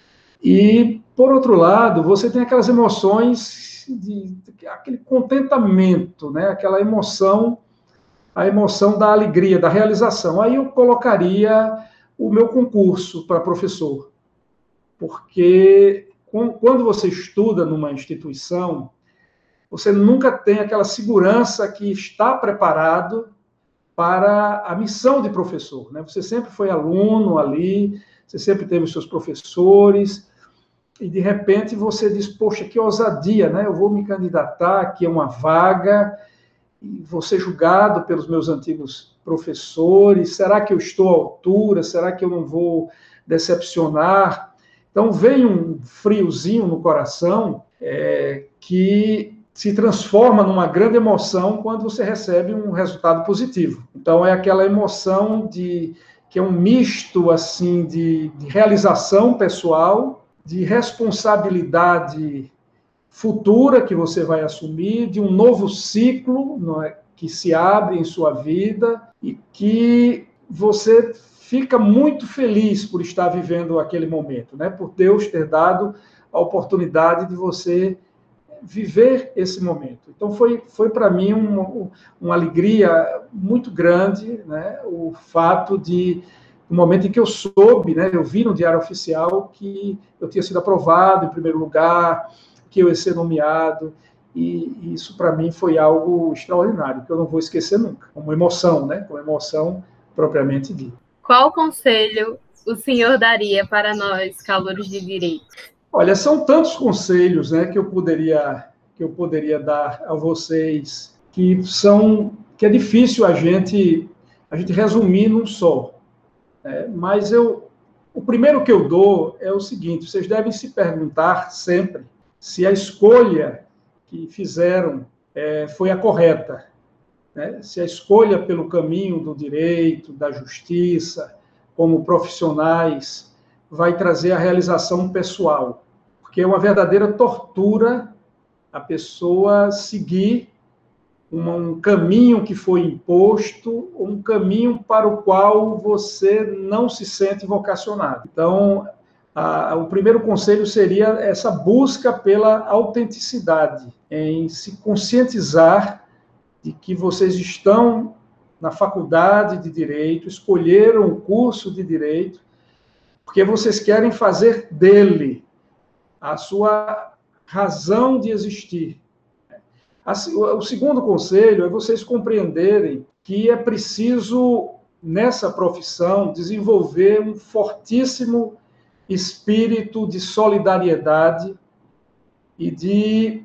E, por outro lado, você tem aquelas emoções, de, de aquele contentamento, né? Aquela emoção, a emoção da alegria, da realização. Aí eu colocaria o meu concurso para professor, porque quando você estuda numa instituição, você nunca tem aquela segurança que está preparado para a missão de professor, né? Você sempre foi aluno ali, você sempre teve os seus professores, e de repente você diz, poxa, que ousadia, né? Eu vou me candidatar, aqui é uma vaga, e vou ser julgado pelos meus antigos professores, será que eu estou à altura, será que eu não vou decepcionar? Então vem um friozinho no coração é, que se transforma numa grande emoção quando você recebe um resultado positivo. Então é aquela emoção de que é um misto assim de, de realização pessoal, de responsabilidade futura que você vai assumir, de um novo ciclo, não é, que se abre em sua vida e que você fica muito feliz por estar vivendo aquele momento, né? Por Deus ter dado a oportunidade de você viver esse momento. Então, foi, foi para mim uma, uma alegria muito grande, né? O fato de, no momento em que eu soube, né? Eu vi no Diário Oficial que eu tinha sido aprovado em primeiro lugar, que eu ia ser nomeado, e isso para mim foi algo extraordinário, que eu não vou esquecer nunca, como emoção, né? Como emoção propriamente dita. Qual conselho o senhor daria para nós, calouros de direito? Olha, são tantos conselhos, né, que eu poderia que eu poderia dar a vocês, que são que é difícil a gente a gente resumir num só. Né? Mas eu o primeiro que eu dou é o seguinte: vocês devem se perguntar sempre se a escolha que fizeram é, foi a correta, né? Se a escolha pelo caminho do direito, da justiça, como profissionais, vai trazer a realização pessoal, porque é uma verdadeira tortura a pessoa seguir uma, um caminho que foi imposto, um caminho para o qual você não se sente vocacionado. Então, a, o primeiro conselho seria essa busca pela autenticidade, em se conscientizar de que vocês estão na faculdade de Direito, escolheram o curso de Direito, porque vocês querem fazer dele a sua razão de existir. O segundo conselho é vocês compreenderem que é preciso, nessa profissão, desenvolver um fortíssimo espírito de solidariedade e de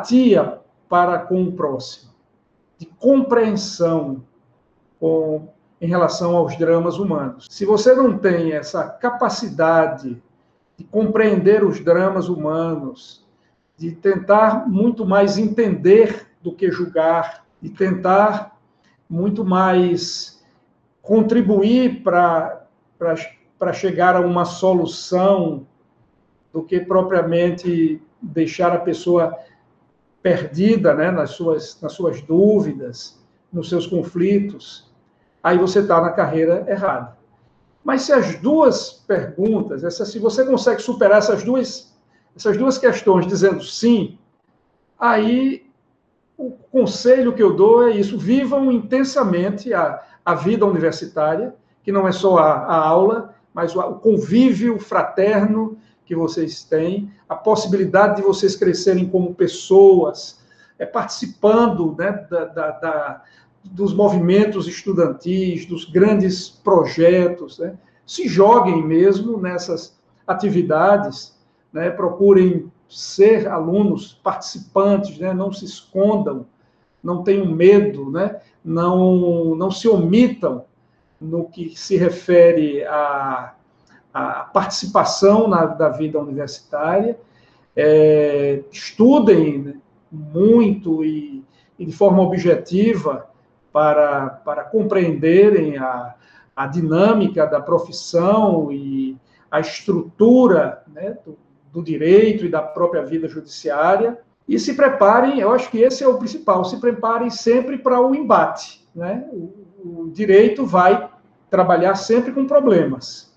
empatia para com o próximo, de compreensão com em relação aos dramas humanos. Se você não tem essa capacidade de compreender os dramas humanos, de tentar muito mais entender do que julgar, de tentar muito mais contribuir para para chegar a uma solução do que propriamente deixar a pessoa perdida, né, nas suas, nas suas dúvidas, nos seus conflitos, aí você está na carreira errada. Mas se as duas perguntas, essa, se você consegue superar essas duas, essas duas questões dizendo sim, aí o conselho que eu dou é isso: vivam intensamente a, a vida universitária, que não é só a, a aula, mas o, o convívio fraterno que vocês têm, a possibilidade de vocês crescerem como pessoas, é, participando, né, da, da, da, dos movimentos estudantis, dos grandes projetos, né? Se joguem mesmo nessas atividades, né? Procurem ser alunos participantes, né? Não se escondam, não tenham medo, né? não, não se omitam no que se refere à, à participação na, da vida universitária, é, estudem muito e, e de forma objetiva para, para compreenderem a, a dinâmica da profissão e a estrutura, né, do, do direito e da própria vida judiciária, e se preparem, eu acho que esse é o principal, se preparem sempre para o embate, né? O, o direito vai trabalhar sempre com problemas,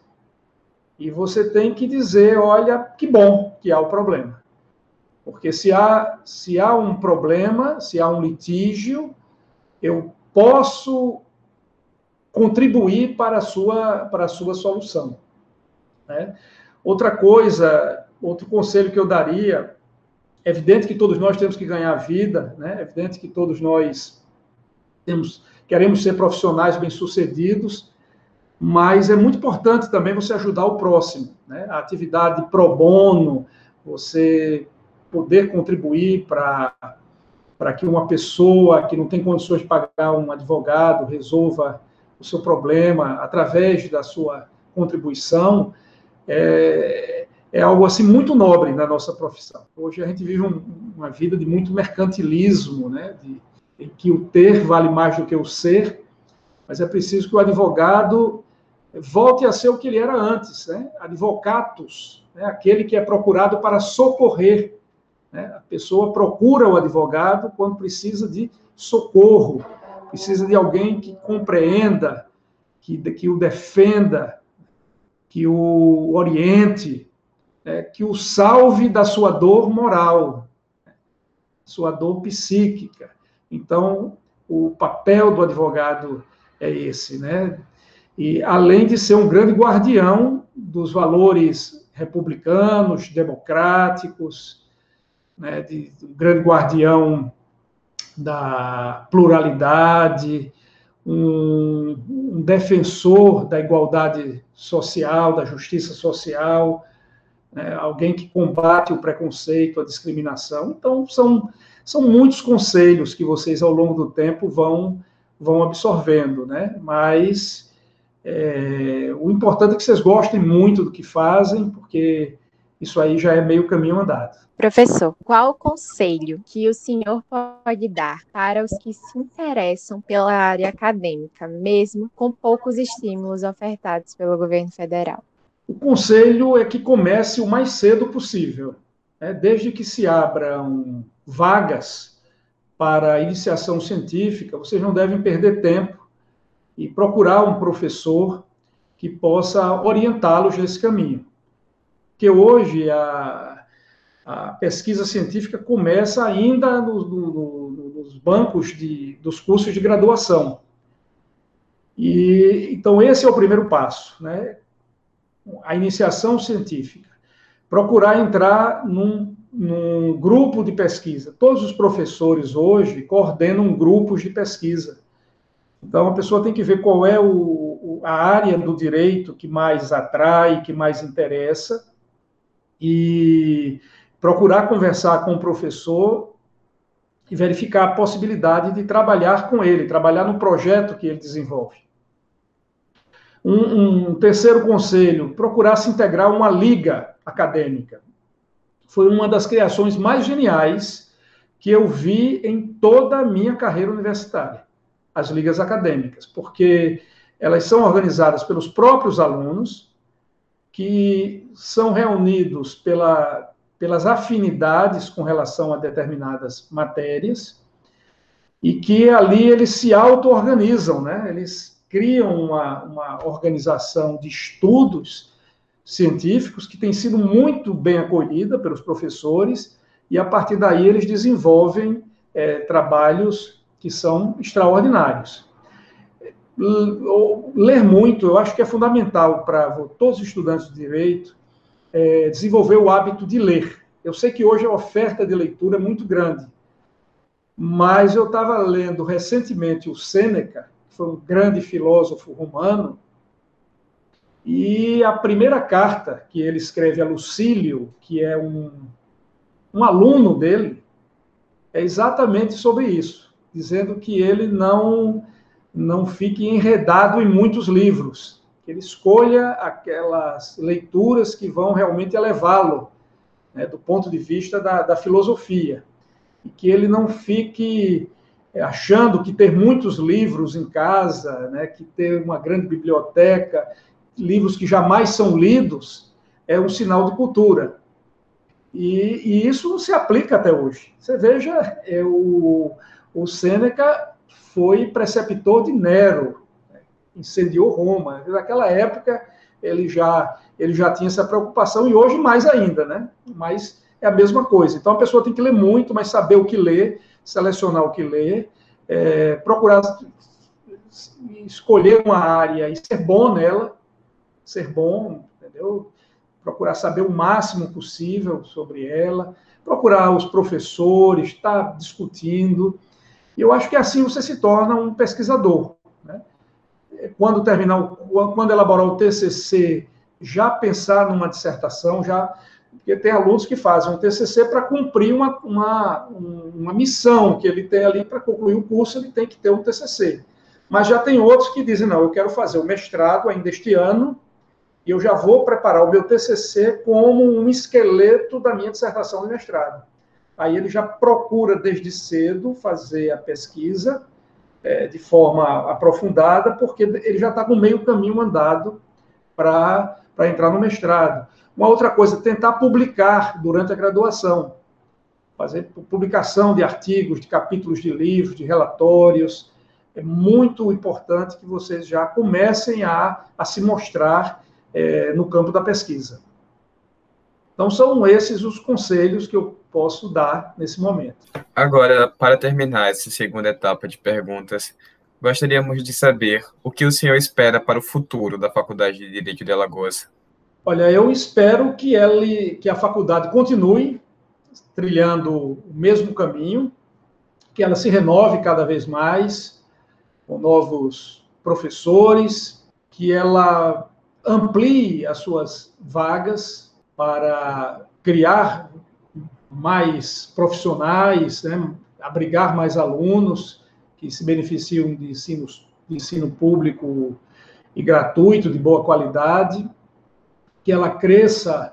e você tem que dizer, olha, que bom que há o problema, porque se há, se há um problema, se há um litígio, eu posso contribuir para a sua, para a sua solução, né? Outra coisa, outro conselho que eu daria, é evidente que todos nós temos que ganhar vida, né? É evidente que todos nós temos, queremos ser profissionais bem-sucedidos, mas é muito importante também você ajudar o próximo, né? A atividade pro bono, você poder contribuir para para que uma pessoa que não tem condições de pagar um advogado resolva o seu problema através da sua contribuição, é, é algo assim muito nobre na nossa profissão. Hoje a gente vive um, uma vida de muito mercantilismo, né? De, em que o ter vale mais do que o ser, mas é preciso que o advogado volte a ser o que ele era antes, né? Advocatus, né? Aquele que é procurado para socorrer, né? A pessoa procura o advogado quando precisa de socorro, precisa de alguém que compreenda, que, que o defenda, que o oriente, é, que o salve da sua dor moral, sua dor psíquica. Então, o papel do advogado é esse, né? E além de ser um grande guardião dos valores republicanos, democráticos, né, de, de um grande guardião da pluralidade, um, um defensor da igualdade social, da justiça social, né, alguém que combate o preconceito, a discriminação. Então, são, são muitos conselhos que vocês, ao longo do tempo, vão, vão absorvendo, né? Mas é, o importante é que vocês gostem muito do que fazem, porque isso aí já é meio caminho andado. Professor, qual o conselho que o senhor pode dar para os que se interessam pela área acadêmica, mesmo com poucos estímulos ofertados pelo governo federal? O conselho é que comece o mais cedo possível, né? Desde que se abram vagas para a iniciação científica, vocês não devem perder tempo e procurar um professor que possa orientá-los nesse caminho. Porque hoje a, a pesquisa científica começa ainda no, no, nos bancos de, dos cursos de graduação. E, então, esse é o primeiro passo, né? A iniciação científica. Procurar entrar num, num grupo de pesquisa. Todos os professores hoje coordenam grupos de pesquisa. Então, a pessoa tem que ver qual é o, a área do direito que mais atrai, que mais interessa, e procurar conversar com o professor e verificar a possibilidade de trabalhar com ele, trabalhar no projeto que ele desenvolve. Um, um terceiro conselho, procurar se integrar uma liga acadêmica. Foi uma das criações mais geniais que eu vi em toda a minha carreira universitária, as ligas acadêmicas, porque elas são organizadas pelos próprios alunos, que são reunidos pela, pelas afinidades com relação a determinadas matérias, e que ali eles se auto-organizam, né? Eles criam uma, uma organização de estudos científicos que tem sido muito bem acolhida pelos professores, e a partir daí eles desenvolvem é, trabalhos que são extraordinários. Ler muito, eu acho que é fundamental para todos os estudantes de direito é, desenvolver o hábito de ler. Eu sei que hoje a oferta de leitura é muito grande, mas eu estava lendo recentemente o Sêneca, que foi um grande filósofo romano, e a primeira carta que ele escreve a Lucílio, que é um, um aluno dele, é exatamente sobre isso, dizendo que ele não, não fique enredado em muitos livros, que ele escolha aquelas leituras que vão realmente elevá-lo, né, do ponto de vista da, da filosofia, e que ele não fique achando que ter muitos livros em casa, né, que ter uma grande biblioteca, livros que jamais são lidos, é um sinal de cultura. E, e isso se aplica até hoje. Você veja, é, o, o Sêneca foi preceptor de Nero, né, incendiou Roma. Naquela época, ele já, ele já tinha essa preocupação, e hoje mais ainda, né? Mas é a mesma coisa. Então, a pessoa tem que ler muito, mas saber o que ler, selecionar o que ler, é, procurar escolher uma área e ser bom nela, ser bom, entendeu? Procurar saber o máximo possível sobre ela, procurar os professores, estar discutindo. E eu acho que assim você se torna um pesquisador, né? Quando terminar, o, quando elaborar o T C C, já pensar numa dissertação, já, porque tem alunos que fazem um T C C para cumprir uma, uma, uma missão que ele tem ali, para concluir o curso, ele tem que ter um T C C. Mas já tem outros que dizem, não, eu quero fazer o mestrado ainda este ano, e eu já vou preparar o meu T C C como um esqueleto da minha dissertação de mestrado. Aí ele já procura, desde cedo, fazer a pesquisa é, de forma aprofundada, porque ele já está com meio caminho andado para entrar no mestrado. Uma outra coisa, tentar publicar durante a graduação. Fazer publicação de artigos, de capítulos de livros, de relatórios. É muito importante que vocês já comecem a, a se mostrar É, no campo da pesquisa. Então, são esses os conselhos que eu posso dar nesse momento. Agora, para terminar essa segunda etapa de perguntas, gostaríamos de saber o que o senhor espera para o futuro da Faculdade de Direito de Alagoas. Olha, eu espero que, ele, que a faculdade continue trilhando o mesmo caminho, que ela se renove cada vez mais, com novos professores, que ela amplie as suas vagas para criar mais profissionais, né, abrigar mais alunos que se beneficiam de ensino, de ensino público e gratuito, de boa qualidade, que ela cresça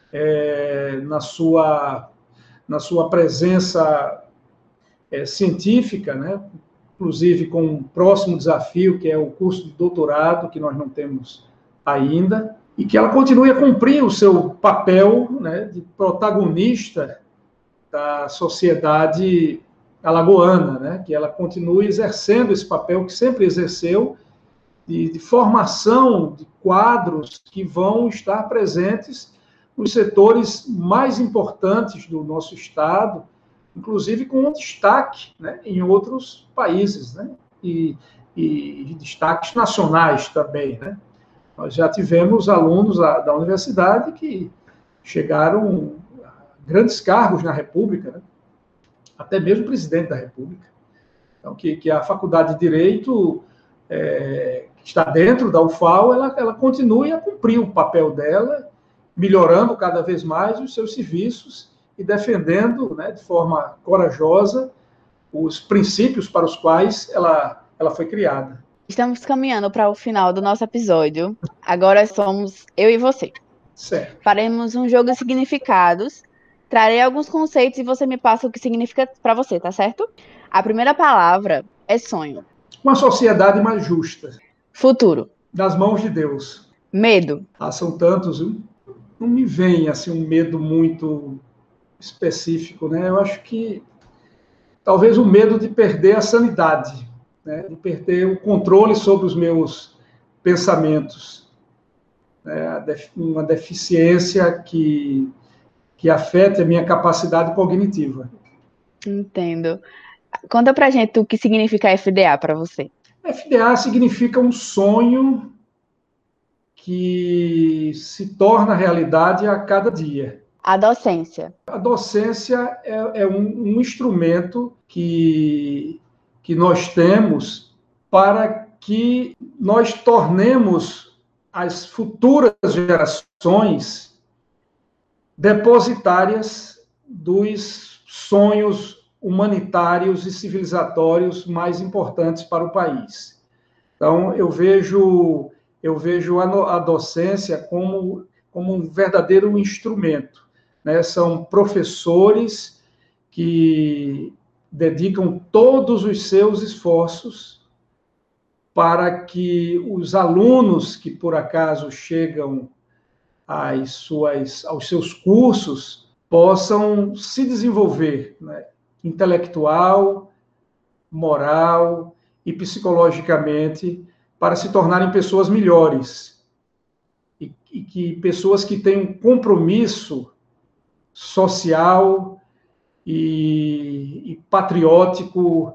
é, na, sua, na sua presença é, científica, né, inclusive com um próximo desafio, que é o curso de doutorado, que nós não temos ainda, e que ela continue a cumprir o seu papel, né, de protagonista da sociedade alagoana, né, que ela continue exercendo esse papel que sempre exerceu, de, de formação de quadros que vão estar presentes nos setores mais importantes do nosso Estado, inclusive com um destaque, né, em outros países, né, e, e destaques nacionais também, né. Nós já tivemos alunos da universidade que chegaram a grandes cargos na República, né? Até mesmo presidente da República. Então, que, que a Faculdade de Direito, é, que está dentro da U F A L, ela, ela continue a cumprir o papel dela, melhorando cada vez mais os seus serviços e defendendo, né, de forma corajosa os princípios para os quais ela, ela foi criada. Estamos caminhando para o final do nosso episódio. Agora somos eu e você. Certo. Faremos um jogo de significados. Trarei alguns conceitos e você me passa o que significa para você, tá certo? A primeira palavra é sonho. Uma sociedade mais justa. Futuro. Das mãos de Deus. Medo. Ah, são tantos, viu? Não me vem assim um medo muito específico, né? Eu acho que talvez o medo de perder a sanidade, né? De perder o controle sobre os meus pensamentos, né? Uma deficiência que, que afeta a minha capacidade cognitiva. Entendo. Conta pra gente o que significa F D A para você. F D A significa um sonho que se torna realidade a cada dia. A docência. A docência é, é um, um instrumento que, que nós temos para que nós tornemos as futuras gerações depositárias dos sonhos humanitários e civilizatórios mais importantes para o país. Então, eu vejo, eu vejo a, a docência como, como um verdadeiro instrumento. Né? São professores que dedicam todos os seus esforços para que os alunos que, por acaso, chegam às suas, aos seus cursos possam se desenvolver, né? Intelectual, moral e psicologicamente, para se tornarem pessoas melhores. E, e que pessoas que têm um compromisso social e, e patriótico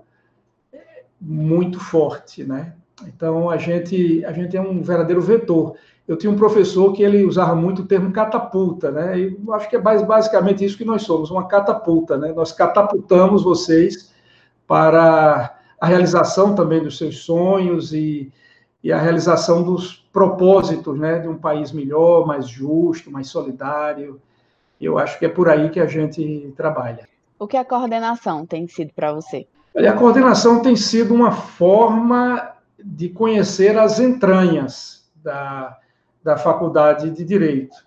muito forte, né? Então, a gente, a gente é um verdadeiro vetor. Eu tinha um professor que ele usava muito o termo catapulta, né? E eu acho que é basicamente isso que nós somos, uma catapulta, né? Nós catapultamos vocês para a realização também dos seus sonhos e, e a realização dos propósitos, né? De um país melhor, mais justo, mais solidário. Eu acho que é por aí que a gente trabalha. O que a coordenação tem sido para você? A coordenação tem sido uma forma de conhecer as entranhas da, da Faculdade de Direito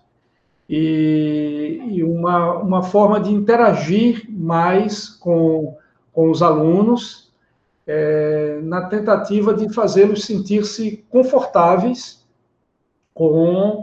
e, e uma, uma forma de interagir mais com, com os alunos, é, na tentativa de fazê-los sentir-se confortáveis com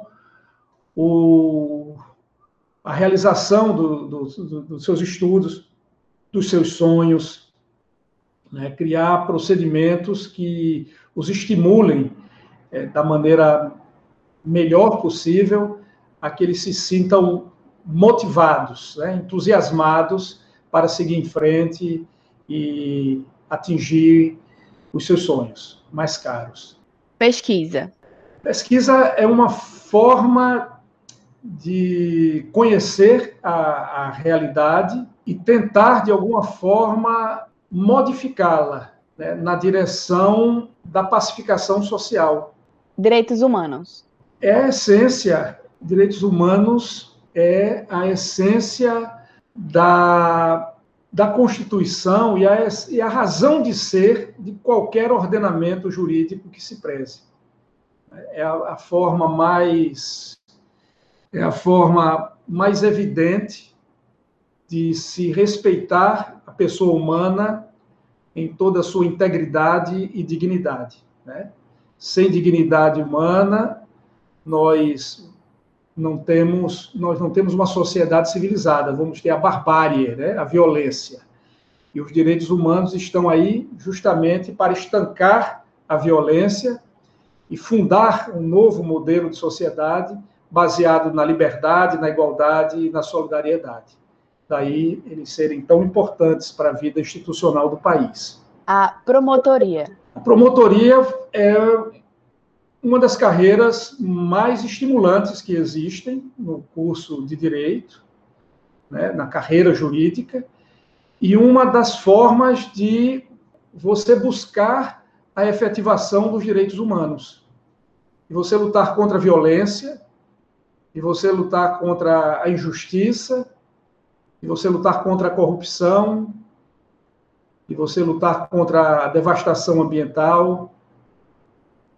o, a realização do, do, do, dos seus estudos, dos seus sonhos, né? Criar procedimentos que os estimulem é, da maneira melhor possível a que eles se sintam motivados, né? Entusiasmados para seguir em frente e atingir os seus sonhos mais caros. Pesquisa. Pesquisa é uma forma de conhecer a, a realidade e tentar, de alguma forma, modificá-la, né, na direção da pacificação social. Direitos humanos. É a essência, direitos humanos é a essência da, da Constituição e a, e a razão de ser de qualquer ordenamento jurídico que se preze. É a, a forma mais é a forma mais evidente de se respeitar a pessoa humana em toda a sua integridade e dignidade, né? Sem dignidade humana, nós não temos, nós não temos uma sociedade civilizada, vamos ter a barbárie, né? A violência. E os direitos humanos estão aí justamente para estancar a violência e fundar um novo modelo de sociedade baseado na liberdade, na igualdade e na solidariedade. Daí eles serem tão importantes para a vida institucional do país. A promotoria. A promotoria é uma das carreiras mais estimulantes que existem no curso de Direito, né, na carreira jurídica, e uma das formas de você buscar a efetivação dos direitos humanos. E você lutar contra a violência, e você lutar contra a injustiça, e você lutar contra a corrupção, e você lutar contra a devastação ambiental,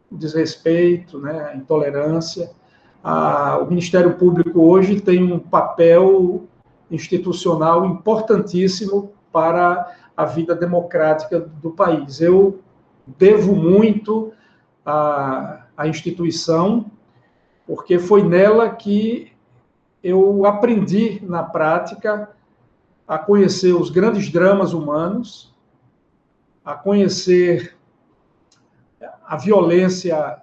o desrespeito, né, a intolerância. A, o Ministério Público hoje tem um papel institucional importantíssimo para a vida democrática do país. Eu devo muito à, à instituição, porque foi nela que eu aprendi na prática a conhecer os grandes dramas humanos, a conhecer a violência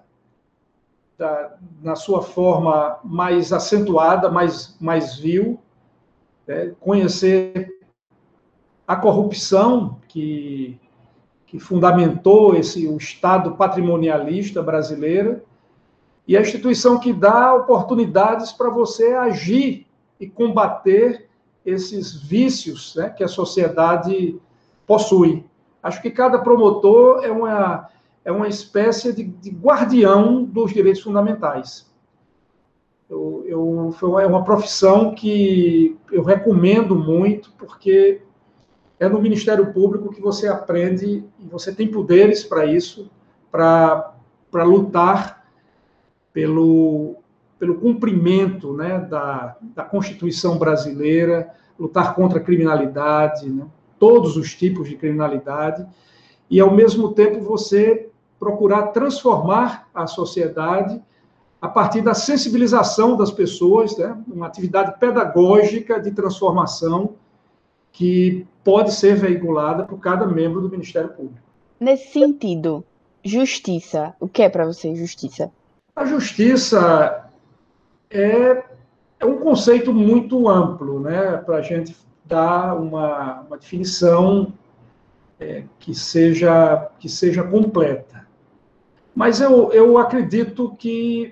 da, na sua forma mais acentuada, mais, mais vil, né? Conhecer a corrupção que, que fundamentou esse, o Estado patrimonialista brasileiro, e a instituição que dá oportunidades para você agir e combater esses vícios, né, que a sociedade possui. Acho que cada promotor é uma, é uma espécie de, de guardião dos direitos fundamentais. Eu, eu, foi uma profissão que eu recomendo muito, porque é no Ministério Público que você aprende, e você tem poderes para isso, para para lutar pelo, pelo cumprimento, né, da, da Constituição brasileira, lutar contra a criminalidade, né, todos os tipos de criminalidade, e, ao mesmo tempo, você procurar transformar a sociedade a partir da sensibilização das pessoas, né, uma atividade pedagógica de transformação que pode ser veiculada por cada membro do Ministério Público. Nesse sentido, justiça, o que é para você justiça? A justiça é, é um conceito muito amplo, né, para a gente dar uma, uma definição é, que, seja, que seja completa. Mas eu, eu acredito que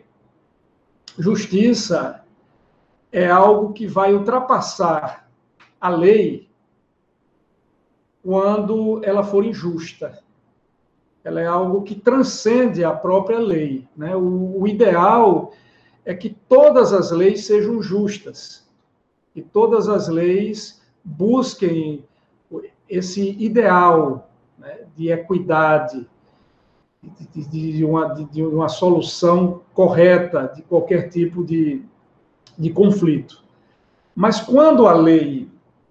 justiça é algo que vai ultrapassar a lei quando ela for injusta. Ela é algo que transcende a própria lei, né? O, o ideal é que todas as leis sejam justas, que todas as leis busquem esse ideal, né, de equidade, de, de, de, uma, de, de uma solução correta de qualquer tipo de, de conflito. Mas quando a lei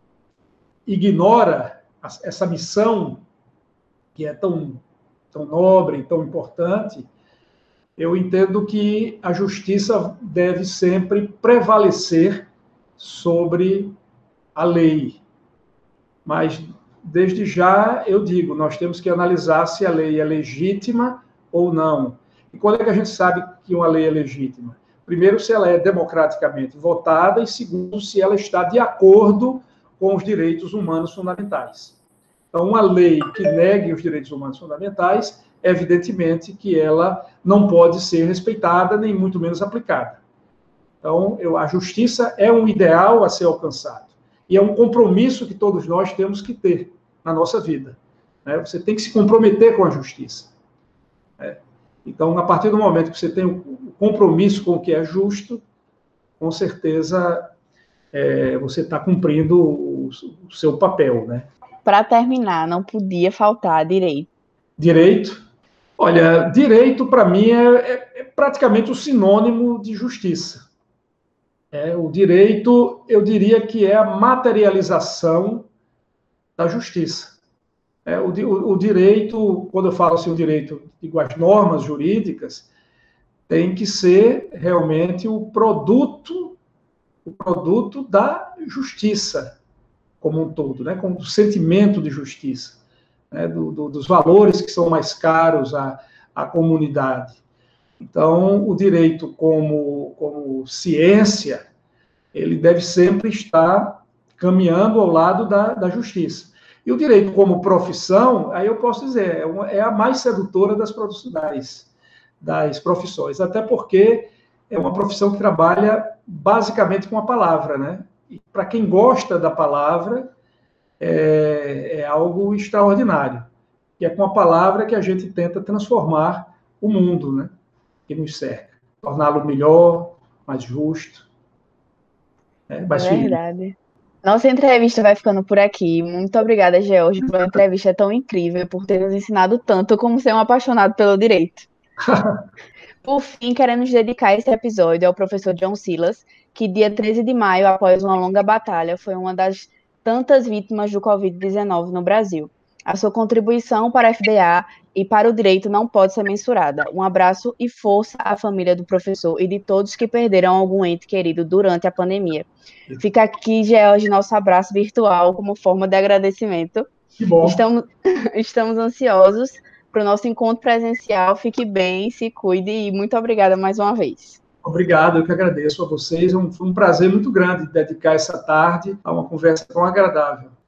ignora essa missão, que é tão tão nobre, tão importante, eu entendo que a justiça deve sempre prevalecer sobre a lei. Mas, desde já, eu digo, nós temos que analisar se a lei é legítima ou não. E quando é que a gente sabe que uma lei é legítima? Primeiro, se ela é democraticamente votada, e segundo, se ela está de acordo com os direitos humanos fundamentais. Então, uma lei que negue os direitos humanos fundamentais, evidentemente que ela não pode ser respeitada, nem muito menos aplicada. Então, eu, a justiça é um ideal a ser alcançado. E é um compromisso que todos nós temos que ter na nossa vida, né? Você tem que se comprometer com a justiça, né? Então, a partir do momento que você tem o compromisso com o que é justo, com certeza é, você está cumprindo o, o seu papel, né? Para terminar, não podia faltar direito. Direito? Olha, direito, para mim, é, é, é praticamente o sinônimo de justiça. É, o direito, eu diria que é a materialização da justiça. É, o, o, o direito, quando eu falo assim, o direito, digo, as normas jurídicas, tem que ser realmente o produto, o produto da justiça como um todo, né, como o sentimento de justiça, né, do, do, dos valores que são mais caros à, à comunidade. Então, o direito como, como ciência, ele deve sempre estar caminhando ao lado da, da justiça. E o direito como profissão, aí eu posso dizer, é, uma, é a mais sedutora das profissionais, das profissões, até porque é uma profissão que trabalha basicamente com a palavra, né? E para quem gosta da palavra, é, é algo extraordinário. E é com a palavra que a gente tenta transformar o mundo, né, que nos cerca. Torná-lo melhor, mais justo, né, mais feliz. Verdade. Nossa entrevista vai ficando por aqui. Muito obrigada, George, por uma entrevista tão incrível, por ter nos ensinado tanto como ser um apaixonado pelo direito. Por fim, queremos dedicar esse episódio ao professor John Silas, que dia treze de maio, após uma longa batalha, foi uma das tantas vítimas do covid dezenove no Brasil. A sua contribuição para a F D A e para o direito não pode ser mensurada. Um abraço e força à família do professor e de todos que perderam algum ente querido durante a pandemia. Fica aqui, George, nosso abraço virtual como forma de agradecimento. Que bom. Estamos, estamos ansiosos para o nosso encontro presencial. Fique bem, se cuide e muito obrigada mais uma vez. Obrigado, eu que agradeço a vocês. Foi um prazer muito grande dedicar essa tarde a uma conversa tão agradável.